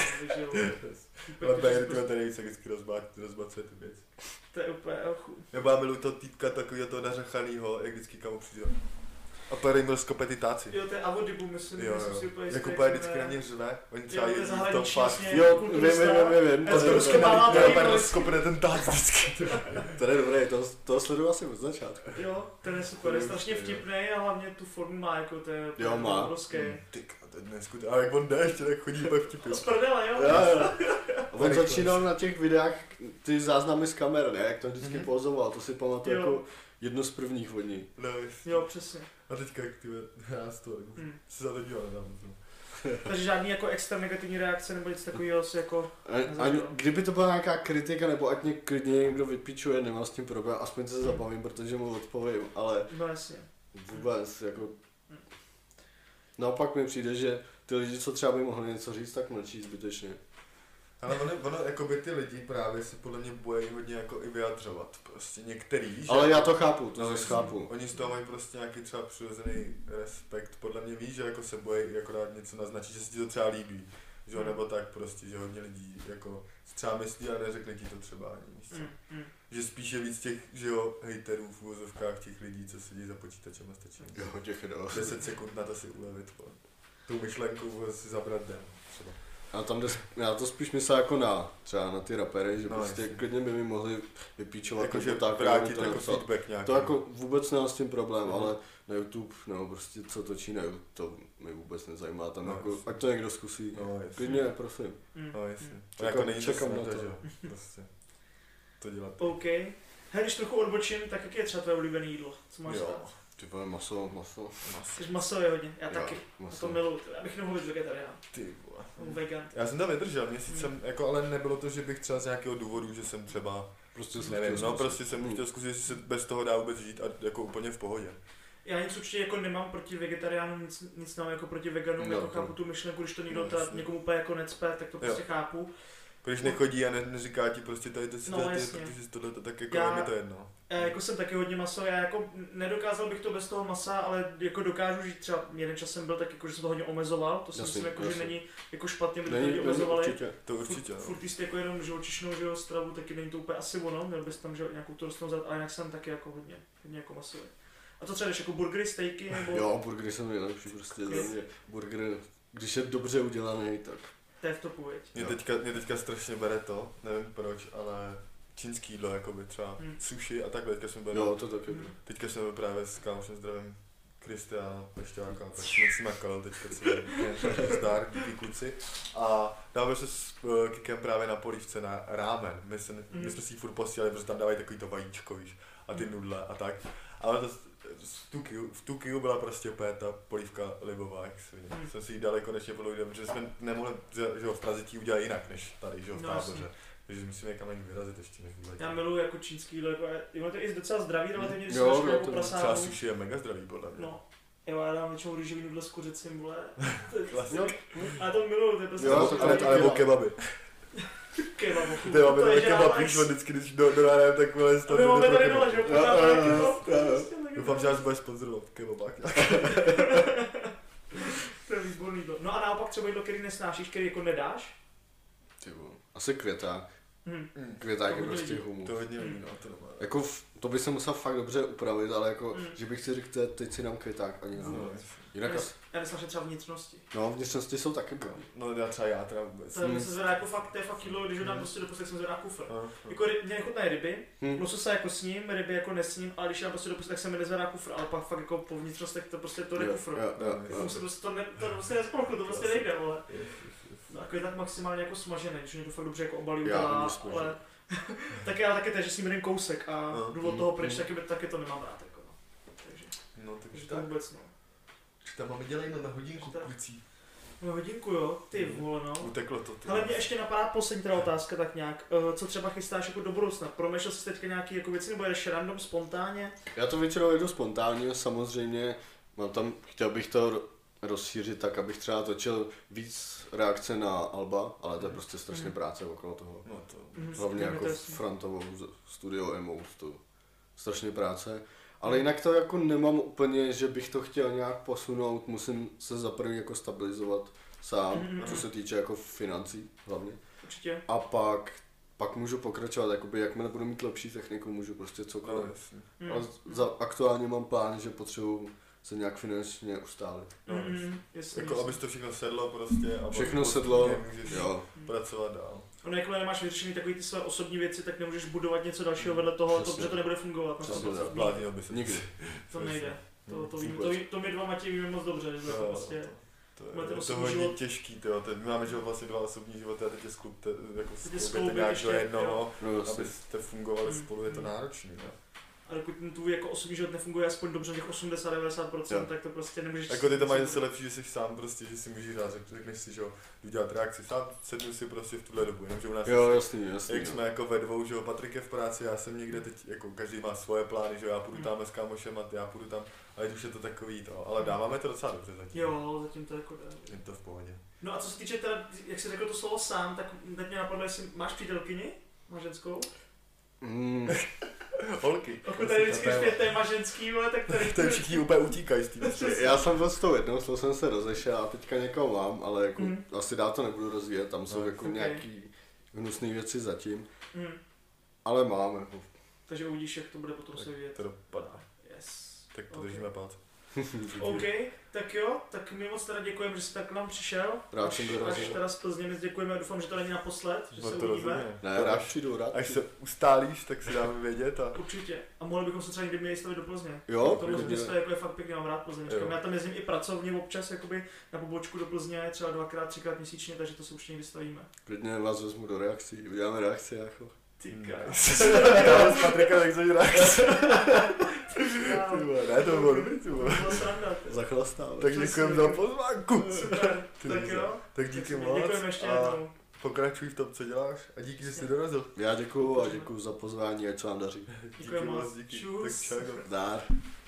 Ale Bejr tyhle tady víc vždycky rozbacuje ty věci. To je úplně ochu. Nebo já miluji toho týpka takovýho toho nařachanýho, jak vždycky kamu přijde. A pojede jim rozkope ty táci. Jo, to je Avodibu, myslím si úplně jako úplně vždycky na ně řve, oni třeba jezdí v tom fakt. Jo, vím. To je prostě malá úplně rozkopne ten tác vždycky. To je dobré, toho sleduju asi od začátku. Jo, ten je super, je strašně vtipnej a hlavně tu formu má, jako to je obrovský. Tyk, to je neskutečné, ale jak on jde ještě, tak chodí úplně vtipně. Z prdele, jo? On začínal na těch videách ty záznamy z kamer, ne, jak to vždycky pozoval, to si pamatuju jako jedno z prvních od ní. No, jo, přesně. A teďka jak já z toho, se za to díval nedám. Takže žádný jako extra negativní reakce nebo nic takového si jako ani, kdyby to byla nějaká kritika, nebo ať mě klidně někdo vypičuje, nemám s tím problém, aspoň se zabavím, protože mu odpovím, ale no, jasně. Vůbec jako... Naopak mi přijde, že ty lidi, co třeba by mohli něco říct, tak mlčí zbytečně. Ale ono jakoby ty lidi právě se podle mě bojí hodně jako i vyjadřovat, prostě některý, že? Ale já to chápu, to chápu. Oni z toho mají prostě nějaký třeba přirozený respekt, podle mě víš, že jako se bojí akorát něco naznačit, že se ti to třeba líbí, že jo, nebo tak prostě, že hodně lidí jako třeba myslí a neřekne ti to třeba ani místě. Že spíš je víc těch, že jo, hejterů v úvozovkách těch lidí, co sedí za počítačem a stačí. Jo, těch 10 sekund na to si ulevit, tu myšlenku si zabrat den, třeba. A tam já to spíš myslel jako třeba na ty rapery, že no, prostě klidně by mi mohli vypíčovat jako, že tak, vrátit jako feedback nějaký. To jako vůbec nemám s tím problém, ale na YouTube, no prostě co točí na YouTube, to mi vůbec nezajímá, tam no, jako, ať to někdo zkusí, klidně, prosím. No jasně, jako není čekám na to, že prostě to dělat. OK, hej, když trochu odbočím, tak jaký je třeba tvoje oblíbené jídlo, co máš rád? Ty vole, maso. Maso je hodně, já taky, to miluji, já bych nemohl být vegetarián. Ty vole. Vegan. Já jsem to vydržel, měsíc jsem, jako, ale nebylo to, že bych třeba z nějakého důvodu, že jsem třeba, prostě nevím, prostě jsem chtěl zkusit, jestli se bez toho dá vůbec žít a jako úplně v pohodě. Já nic určitě jako nemám proti vegetariánům, nic nemám jako proti veganům, jako chápu tu myšlenku, když to někdo někomu úplně jako necpe, tak to prostě chápu. Když nechodí a neříká ti prostě tady to si protože tohle, tak jako je mi to jedno. Já jako jsem taky hodně maso, já jako nedokázal bych to bez toho masa, ale jako dokážu žít, třeba jeden čas jsem byl tak jako, že jsem to hodně omezoval, to si myslím jako, že není jako špatně, by to lidi omezovali. To určitě. Furt jíst jako jenom živočišnou, že jo, stravu, taky není to úplně asi ono, měl bys tam že nějakou tu rostnou zad, ale jinak jsem taky jako hodně jako masový. A to třeba jdeš jako burgery, stejky nebo... Jo, burgery jsou nejlepší prostě za mě. Burger, když je dobře udělaný, tak... To je v topu, veď. Mě teďka strašně bere to, nevím proč, ale čínský jídlo, jakoby třeba sushi a takhle, teďka jsme byli. Jo, to taky. Teďka jsme byli právě s kámošem zdravím Kristiána Pešťáka, tak jsme si makali teďka celý zdár, díky kluci. A dával se s Kikem právě na polívce na rámen. My jsme si ji furt posílali, protože tam dávají takový to vajíčko, víš, a ty nudle a tak. Ale to v Tukiu byla prostě úplně ta polívka libová, jak svině. Jsme si ji dali konečně po lidem, protože jsme nemohli, že v Praze ti udělat jinak než tady, že v Táboře. Takže musíme někam někdy vyrazit ještě než vůbec. Já miluji jako čínský jídlo, jako je to i docela zdravý, relativně, když se jako prasávu. Třeba sushi je mega zdravý podle mě. No. Jo, já dám většinou rýžový nudle s kuřecím, vole. A to miluji, to je prostě... Jo, alebo kebaby. Kebabu. To je kebab, víš, vždycky, když dodáme, tak vole z toho... My máme tady dole, že doufám, že nás budeš sponzorovat kebabák. To je výborný jídlo. No a naopak třeba jídlo, který nesnášíš, který jako nedáš? Asi květák. Květák je prostě humus. To hodně no, to nemá. Jako to by se musel fakt dobře upravit, ale jako, že bych si řekl, teď si dám květák ani jinak já nesnáším třeba vnitřnosti. No, vnitřnosti jsou taky boj. No já třeba já teda vůbec. To se zvedá jako fakt, to je fakt jídlo, když ho dám prostě do pusty, tak jsem zvedá kufr. Jako mě nechutnají ryby, lososa jako sním, ryby jako nesním, ale když dám prostě do pusty, tak se mi nezvedá kufr, ale pak fakt jako po vnitřnostech to prostě to jde kufr. To prostě nespolknu, to prostě nejde, vole. No, jako je tak maximálně jako smažený, když mě to fakt dobře jako obalí udělá, ale taky já taky že s ním jeden kousek a jdu od toho pryč, taky to nemám rád, jako no. Takže to vůbec no. Tam máme dělejme na hodinku, kluci. No hodinku jo, ty vole no. Uteklo to. Ale mě ještě napadá poslední teda otázka tak nějak. Co třeba chystáš jako do budoucna? Promýšlel jsi teďka nějaký jako věci nebo jdeš random, spontánně? Já to většinou jedu spontánně, samozřejmě. Mám tam, chtěl bych to rozšířit tak, abych třeba točil víc reakce na alba, ale to je prostě strašně práce okolo toho. No to. Hlavně jako frontovou studio emote, to strašně práce. Ale jinak to jako nemám úplně, že bych to chtěl nějak posunout, musím se za první jako stabilizovat sám, co se týče jako financí hlavně. Určitě. A pak můžu pokračovat, jakoby jakmile budu mít lepší techniku, můžu prostě cokoliv. Ale aktuálně mám plán, že potřebuji se nějak finančně ustálit. Jako abys to všechno sedlo prostě a všechno sedlo, můžeš jo. pracovat dál. No jakmile nemáš vyřešený takový ty své osobní věci, tak nemůžeš budovat něco dalšího vedle toho, protože to nebude fungovat. Zbláznil by se. Nikdy. To nejde. To my dva Matěj víme moc dobře, že to prostě... To hodně těžký, my máme že vlastně 2 osobní životy a teď je skloubit nějak do jednoho, abyste fungovali spolu, je to náročný. A dokud tvůj jako osobní život nefunguje aspoň dobře, těch 80-90%, tak to prostě nemůžeš... Jako ty to máš zase lepší, že jsi sám prostě, že si můžeš rád, řekneš si, že jo, jdu dělat reakci sám, sednu si prostě v tuhle dobu, jenomže u nás jasný, jak jsme jako ve dvou, že jo, Patrik je v práci, já jsem někde teď, jako každý má svoje plány, že jo, já půjdu tam s kámošem a já půjdu tam, ale už je to takový to, ale dáváme to docela dobře zatím. Jo, zatím to jako jde. Je to v pohodě. No a co se týče teda, jak jsi řekl to slovo sám, tak teď mě napadlo, jestli máš přítelkyni, máš ženskou? Holky. Pokud tady vždycky zpět téma ženský, ale tak tady... Tady všichni úplně utíkají s tím. Já jsem byl s tou jednou, s tou jsem se rozešel a teďka někoho mám, ale jako asi dál to nebudu rozvíjet, tam jsou jako nějaký hnusné věci zatím. Ale mám jako. Takže uvidíš, jak to bude potom se vyvíjet. To dopadá. Yes. Tak podržíme palce. OK, tak jo, tak my moc teda děkujeme, že jsi tak k nám přišel. Rád jsem dorazil. Až teda z Plzně my děkujeme a doufám, že to není naposled, že se uvidíme. Rozumím. Ne, rád přijdu, rád. Až se ustálíš, tak si dáme vědět a... Určitě. A mohli bychom se třeba někdy měli stavit do Plzně. Jo, to město jako je fakt pěkně, mám rád Plzeň. Já tam jezdím i pracovně občas jakoby na pobočku do Plzně, třeba 2x, 3x měsíčně, takže to se určitě vystavíme. Klidně vás vezmu do reakcí, uděláme reakci jako. Ty Já s Patrika tak chceš reakci. Ne, to bylo dobrý, Zachlastám. Tak děkujeme za pozvánku. Super, tak jo. Tak díky moc. Děkujeme ještě jednou. Pokračuj v tom, co děláš a díky, že jsi dorazil. Já děkuju a děkuju za pozvání, ať se vám daří. Díky moc. Díky. Tak čau. Zdar.